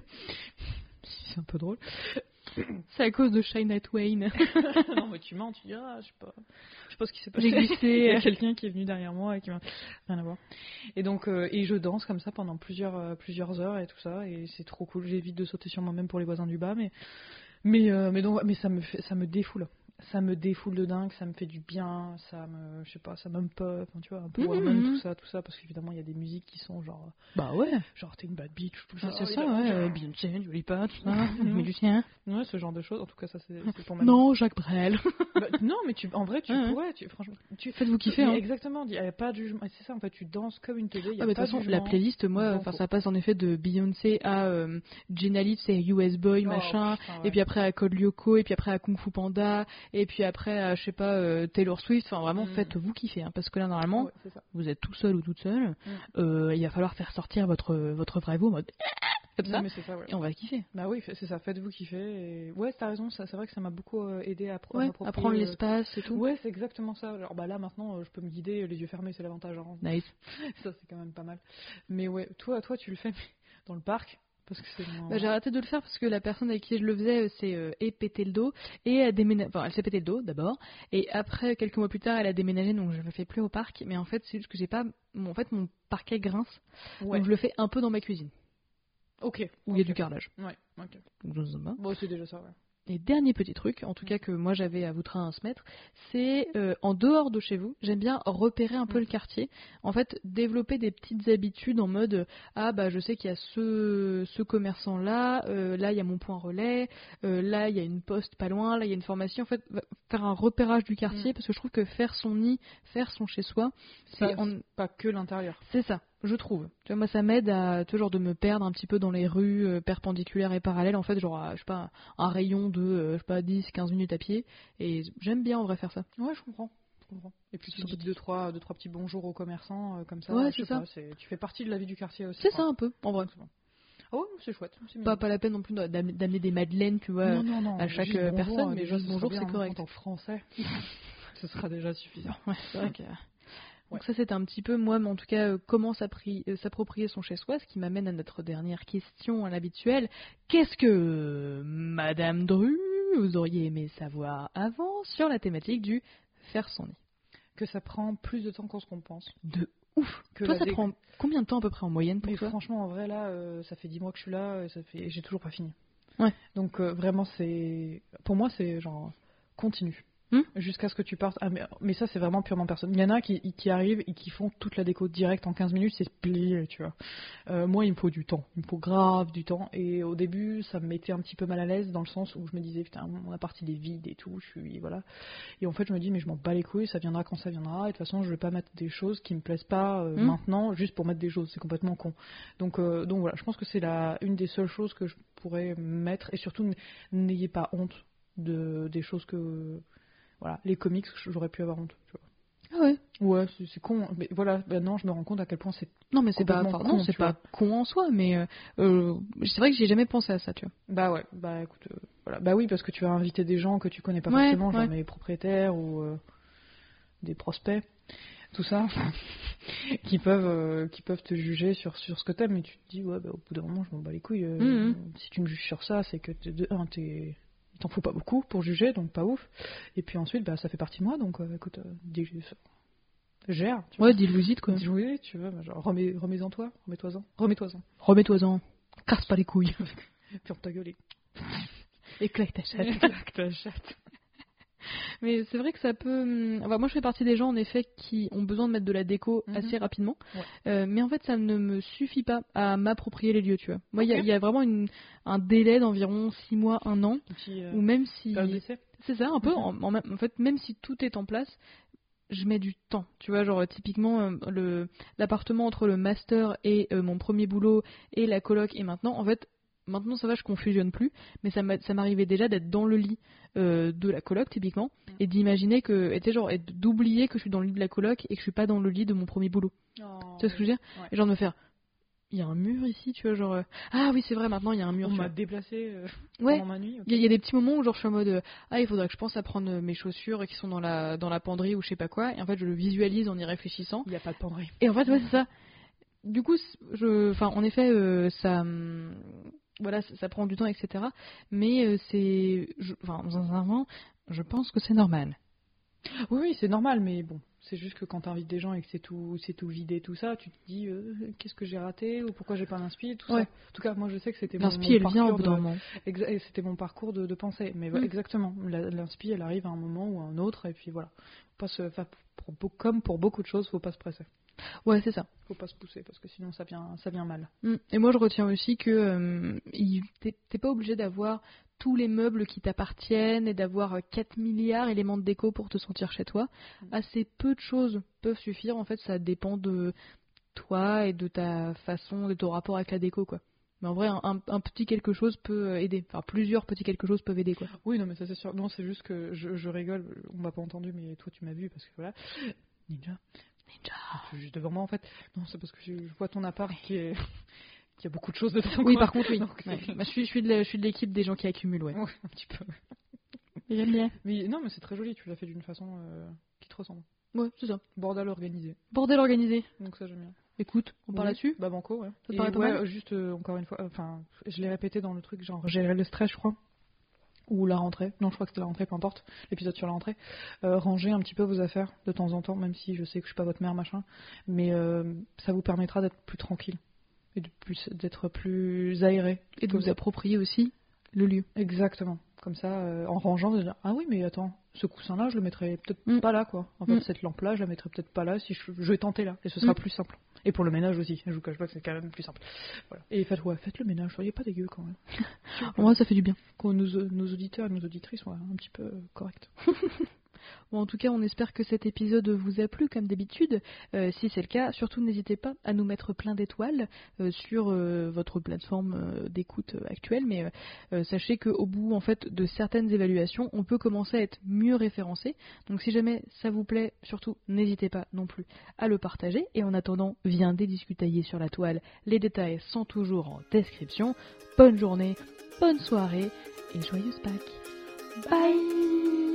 Speaker 2: si c'est un peu drôle.
Speaker 1: C'est à cause de Shania Twain.
Speaker 2: Non, mais tu mens, tu dis, je sais pas ce qui s'est passé.
Speaker 1: J'ai glissé.
Speaker 2: Il y a quelqu'un qui est venu derrière moi et qui m'a rien à voir. Et donc, et je danse comme ça pendant plusieurs heures et tout ça, et c'est trop cool. J'évite de sauter sur moi-même pour les voisins du bas, mais ça me défoule. Ça me défoule de dingue, ça me fait du bien, je sais pas, ça me pop, tu vois, un peu Woman, tout ça, parce qu'évidemment il y a des musiques qui sont genre,
Speaker 1: bah ouais,
Speaker 2: genre t'es une bad bitch, tout ça.
Speaker 1: C'est ça, ouais, Beyoncé, Dua Lipa, tout ça, Lucien.
Speaker 2: Ouais, ce genre de choses, en tout cas ça c'est pour ma
Speaker 1: Non, Jacques Brel.
Speaker 2: non, mais en vrai tu pourrais, franchement,
Speaker 1: faites-vous kiffer, hein.
Speaker 2: Exactement, il y a pas de jugement, c'est ça en fait, tu danses comme une télé, il y a
Speaker 1: mais de
Speaker 2: pas
Speaker 1: toute
Speaker 2: de
Speaker 1: façon, la
Speaker 2: jugement.
Speaker 1: playlist, moi, ça passe en effet de Beyoncé à Jenna Lee, c'est US Boy, machin,
Speaker 2: putain, ouais.
Speaker 1: et puis après à Code Lyoko, et puis après à Kung Fu Panda, et puis après, je sais pas, Taylor Swift. Enfin, vraiment, faites-vous kiffer, hein, parce que là, normalement,
Speaker 2: Ouais, c'est ça.
Speaker 1: vous êtes tout seul ou toute seule. Il va falloir faire sortir votre vrai vous en mode comme ça,
Speaker 2: Non, mais c'est ça, ouais.
Speaker 1: et on va kiffer.
Speaker 2: Bah oui, c'est ça, faites-vous kiffer. Et... Ouais, t'as raison, ça, c'est vrai que ça m'a beaucoup aidé à
Speaker 1: À prendre l'espace et tout.
Speaker 2: Ouais, c'est exactement ça. Alors bah là maintenant, je peux me guider les yeux fermés, c'est l'avantage. Hein.
Speaker 1: Nice.
Speaker 2: Ça c'est quand même pas mal. Mais ouais, toi tu le fais dans le parc parce que c'est.
Speaker 1: Bah, j'ai arrêté de le faire parce que la personne avec qui je le faisais s'est pété le dos et elle elle s'est pété le dos d'abord et après quelques mois plus tard elle a déménagé donc je le fais plus au parc, mais en fait c'est juste que j'ai pas en fait mon parquet grince, donc je le fais un peu dans ma cuisine.
Speaker 2: Ok.
Speaker 1: Où il y a du carrelage.
Speaker 2: Ouais, ok.
Speaker 1: Donc je sais pas.
Speaker 2: Bon, c'est déjà ça, ouais.
Speaker 1: Et dernier petit truc, en tout cas que moi j'avais à vous transmettre, c'est en dehors de chez vous, j'aime bien repérer un peu le quartier. En fait, développer des petites habitudes en mode ah bah je sais qu'il y a ce commerçant là, là il y a mon point relais, là il y a une poste pas loin, là il y a une formation. En fait, faire un repérage du quartier parce que je trouve que faire son nid, faire son chez soi, c'est
Speaker 2: pas que l'intérieur.
Speaker 1: C'est ça. Je trouve. Tu vois, moi, ça m'aide à toujours de me perdre un petit peu dans les rues perpendiculaires et parallèles. En fait, genre, je sais pas, un rayon de, je sais pas, 10-15 minutes à pied. Et j'aime bien, en vrai, faire ça.
Speaker 2: Ouais, je comprends. Et puis, tu dis deux, trois petits bonjours aux commerçants, comme ça.
Speaker 1: Ouais, c'est ça.
Speaker 2: Tu fais partie de la vie du quartier aussi.
Speaker 1: C'est ça, un peu, en vrai.
Speaker 2: Ah ouais, c'est chouette.
Speaker 1: Pas la peine non plus d'amener des madeleines, tu vois,
Speaker 2: non,
Speaker 1: à chaque personne. Mais juste bonjour, c'est correct.
Speaker 2: En français, ce sera déjà suffisant.
Speaker 1: Ouais, c'est vrai que... Donc ça c'était un petit peu moi, mais en tout cas comment s'approprier son chez-soi, ce qui m'amène à notre dernière question à l'habituel. Qu'est-ce que Madame Dru, vous auriez aimé savoir avant sur la thématique du faire son nid?
Speaker 2: Que ça prend plus de temps qu'on se pense.
Speaker 1: De ouf. Toi ça prend combien de temps à peu près en moyenne pour toi?
Speaker 2: Franchement en vrai là, ça fait 10 mois que je suis là, et j'ai toujours pas fini.
Speaker 1: Ouais.
Speaker 2: Donc vraiment pour moi c'est genre continue. Jusqu'à ce que tu partes. Ah, mais ça, c'est vraiment purement personnel. Il y en a qui arrivent et qui font toute la déco direct en 15 minutes, c'est plié, tu vois. Moi, il me faut du temps. Il me faut grave du temps. Et au début, ça me mettait un petit peu mal à l'aise dans le sens où je me disais, putain, mon appart, il est vide et tout. Voilà. Et en fait, je me dis, mais je m'en bats les couilles, ça viendra quand ça viendra. Et de toute façon, je vais pas mettre des choses qui me plaisent pas maintenant, juste pour mettre des choses. C'est complètement con. Donc voilà, je pense que c'est une des seules choses que je pourrais mettre. Et surtout, n'ayez pas honte des choses que. Voilà, les comics, j'aurais pu avoir honte, tu vois.
Speaker 1: Ah ouais.
Speaker 2: Ouais, c'est con. Mais voilà, maintenant je me rends compte à quel point c'est.
Speaker 1: Non, mais c'est pas con en soi, mais c'est vrai que j'ai jamais pensé à ça, tu vois.
Speaker 2: Bah ouais, bah écoute, voilà. Bah oui, parce que tu vas inviter des gens que tu connais pas forcément, genre mes propriétaires ou des prospects, tout ça, qui peuvent te juger sur ce que t'aimes, et tu te dis, ouais, bah au bout d'un moment, je m'en bats les couilles. Si tu me juges sur ça, c'est que t'es. Il t'en faut pas beaucoup pour juger, donc pas ouf. Et puis ensuite, bah, ça fait partie de moi, donc écoute, gère.
Speaker 1: Ouais, dis-le-y, quoi.
Speaker 2: Dis-le, tu vois, genre, remets-en toi, remets-toi-en.
Speaker 1: Remets-toi-en. Casse pas les couilles.
Speaker 2: Puis on t'a gueulé.
Speaker 1: Éclate ta chatte. Mais c'est vrai que ça peut... Enfin, moi, je fais partie des gens, en effet, qui ont besoin de mettre de la déco assez rapidement. Ouais. Mais en fait, ça ne me suffit pas à m'approprier les lieux, tu vois. Moi, il y a vraiment un délai d'environ 6 mois, 1 an, ou même si... C'est ça, un peu. En fait, même si tout est en place, je mets du temps. Tu vois, genre, typiquement, l'appartement entre le master et mon premier boulot et la coloc et maintenant, en fait... Maintenant, ça va, je confusionne plus, mais ça m'arrivait déjà d'être dans le lit de la coloc, typiquement, et d'imaginer que, et d'oublier que je suis dans le lit de la coloc et que je suis pas dans le lit de mon premier boulot. Tu vois ce que je veux dire? Et genre de me faire, il y a un mur ici, tu vois, genre, ah oui, c'est vrai, maintenant il y a un mur.
Speaker 2: On m'a déplacé pendant ma nuit.
Speaker 1: Il y a des petits moments où genre je suis en mode, il faudrait que je pense à prendre mes chaussures qui sont dans la penderie ou je sais pas quoi, et en fait je le visualise en y réfléchissant.
Speaker 2: Il y a pas de penderie.
Speaker 1: Et en fait, ouais, c'est ça. Du coup, en effet, ça. Voilà, ça prend du temps, etc. Mais sincèrement, je pense que c'est normal.
Speaker 2: Oui, c'est normal, mais bon, c'est juste que quand t'invites des gens et que c'est tout vidé, tout ça, tu te dis qu'est-ce que j'ai raté ou pourquoi j'ai pas d'inspi, tout ça. En tout cas, moi je sais que c'était mon
Speaker 1: vient au bout d'un moment.
Speaker 2: C'était mon parcours de pensée, mais exactement, l'inspi elle arrive à un moment ou à un autre, et puis voilà. Comme pour beaucoup de choses, faut pas se presser.
Speaker 1: Ouais, c'est ça.
Speaker 2: Faut pas se pousser parce que sinon ça vient mal.
Speaker 1: Et moi je retiens aussi que t'es pas obligé d'avoir tous les meubles qui t'appartiennent et d'avoir 4 milliards d'éléments de déco pour te sentir chez toi. Assez peu de choses peuvent suffire. En fait, ça dépend de toi et de ta façon, de ton rapport avec la déco, quoi. Mais en vrai, un petit quelque chose peut aider. Enfin, plusieurs petits quelque chose peuvent aider, quoi.
Speaker 2: Oui, non, mais ça c'est sûr. Non, c'est juste que je rigole. On m'a pas entendu, mais toi tu m'as vu parce que voilà. Ninja. Tu es juste devant moi en fait. Non, c'est parce que je vois ton appart qui a beaucoup de choses dedans.
Speaker 1: Oui,
Speaker 2: quoi.
Speaker 1: par contre, oui.
Speaker 2: Donc,
Speaker 1: Ouais. Bah, je suis de l'équipe des gens qui accumulent, ouais.
Speaker 2: Ouais, un petit peu.
Speaker 1: J'aime bien.
Speaker 2: Mais non, mais c'est très joli. Tu l'as fait d'une façon qui te ressemble.
Speaker 1: Ouais, c'est ça.
Speaker 2: Bordel organisé.
Speaker 1: Bordel organisé.
Speaker 2: Donc ça j'aime bien.
Speaker 1: Écoute, on parle là-dessus.
Speaker 2: Bah banco, ouais.
Speaker 1: Ça te
Speaker 2: Et
Speaker 1: paraît pas
Speaker 2: ouais,
Speaker 1: mal
Speaker 2: juste encore une fois, enfin, je l'ai répété dans le truc, genre gérer le stress, je crois. Ou la rentrée. Non, je crois que c'était la rentrée, peu importe. L'épisode sur la rentrée. Ranger un petit peu vos affaires de temps en temps, même si je sais que je suis pas votre mère, machin. Mais ça vous permettra d'être plus tranquille. Et d'être plus aéré.
Speaker 1: Et de vous approprier aussi le lieu.
Speaker 2: Exactement. Comme ça, en rangeant, vous dire, ah oui, mais attends, ce coussin-là, je le mettrais peut-être pas là, quoi. En fait, cette lampe-là, je la mettrais peut-être pas là si je vais tenter là. Et ce sera plus simple. Et pour le ménage aussi. Je vous cache pas que c'est quand même plus simple. Voilà. Et faites le ménage, soyez pas dégueu quand même.
Speaker 1: Moi, ça fait du bien.
Speaker 2: Que nos auditeurs et nos auditrices soient un petit peu corrects.
Speaker 1: Bon, en tout cas, on espère que cet épisode vous a plu, comme d'habitude. Si c'est le cas, surtout n'hésitez pas à nous mettre plein d'étoiles sur votre plateforme d'écoute actuelle. Mais sachez qu'au bout en fait, de certaines évaluations, on peut commencer à être mieux référencé. Donc si jamais ça vous plaît, surtout n'hésitez pas non plus à le partager. Et en attendant, viens dédiscutailler sur la toile. Les détails sont toujours en description. Bonne journée, bonne soirée et joyeuse Pâques. Bye.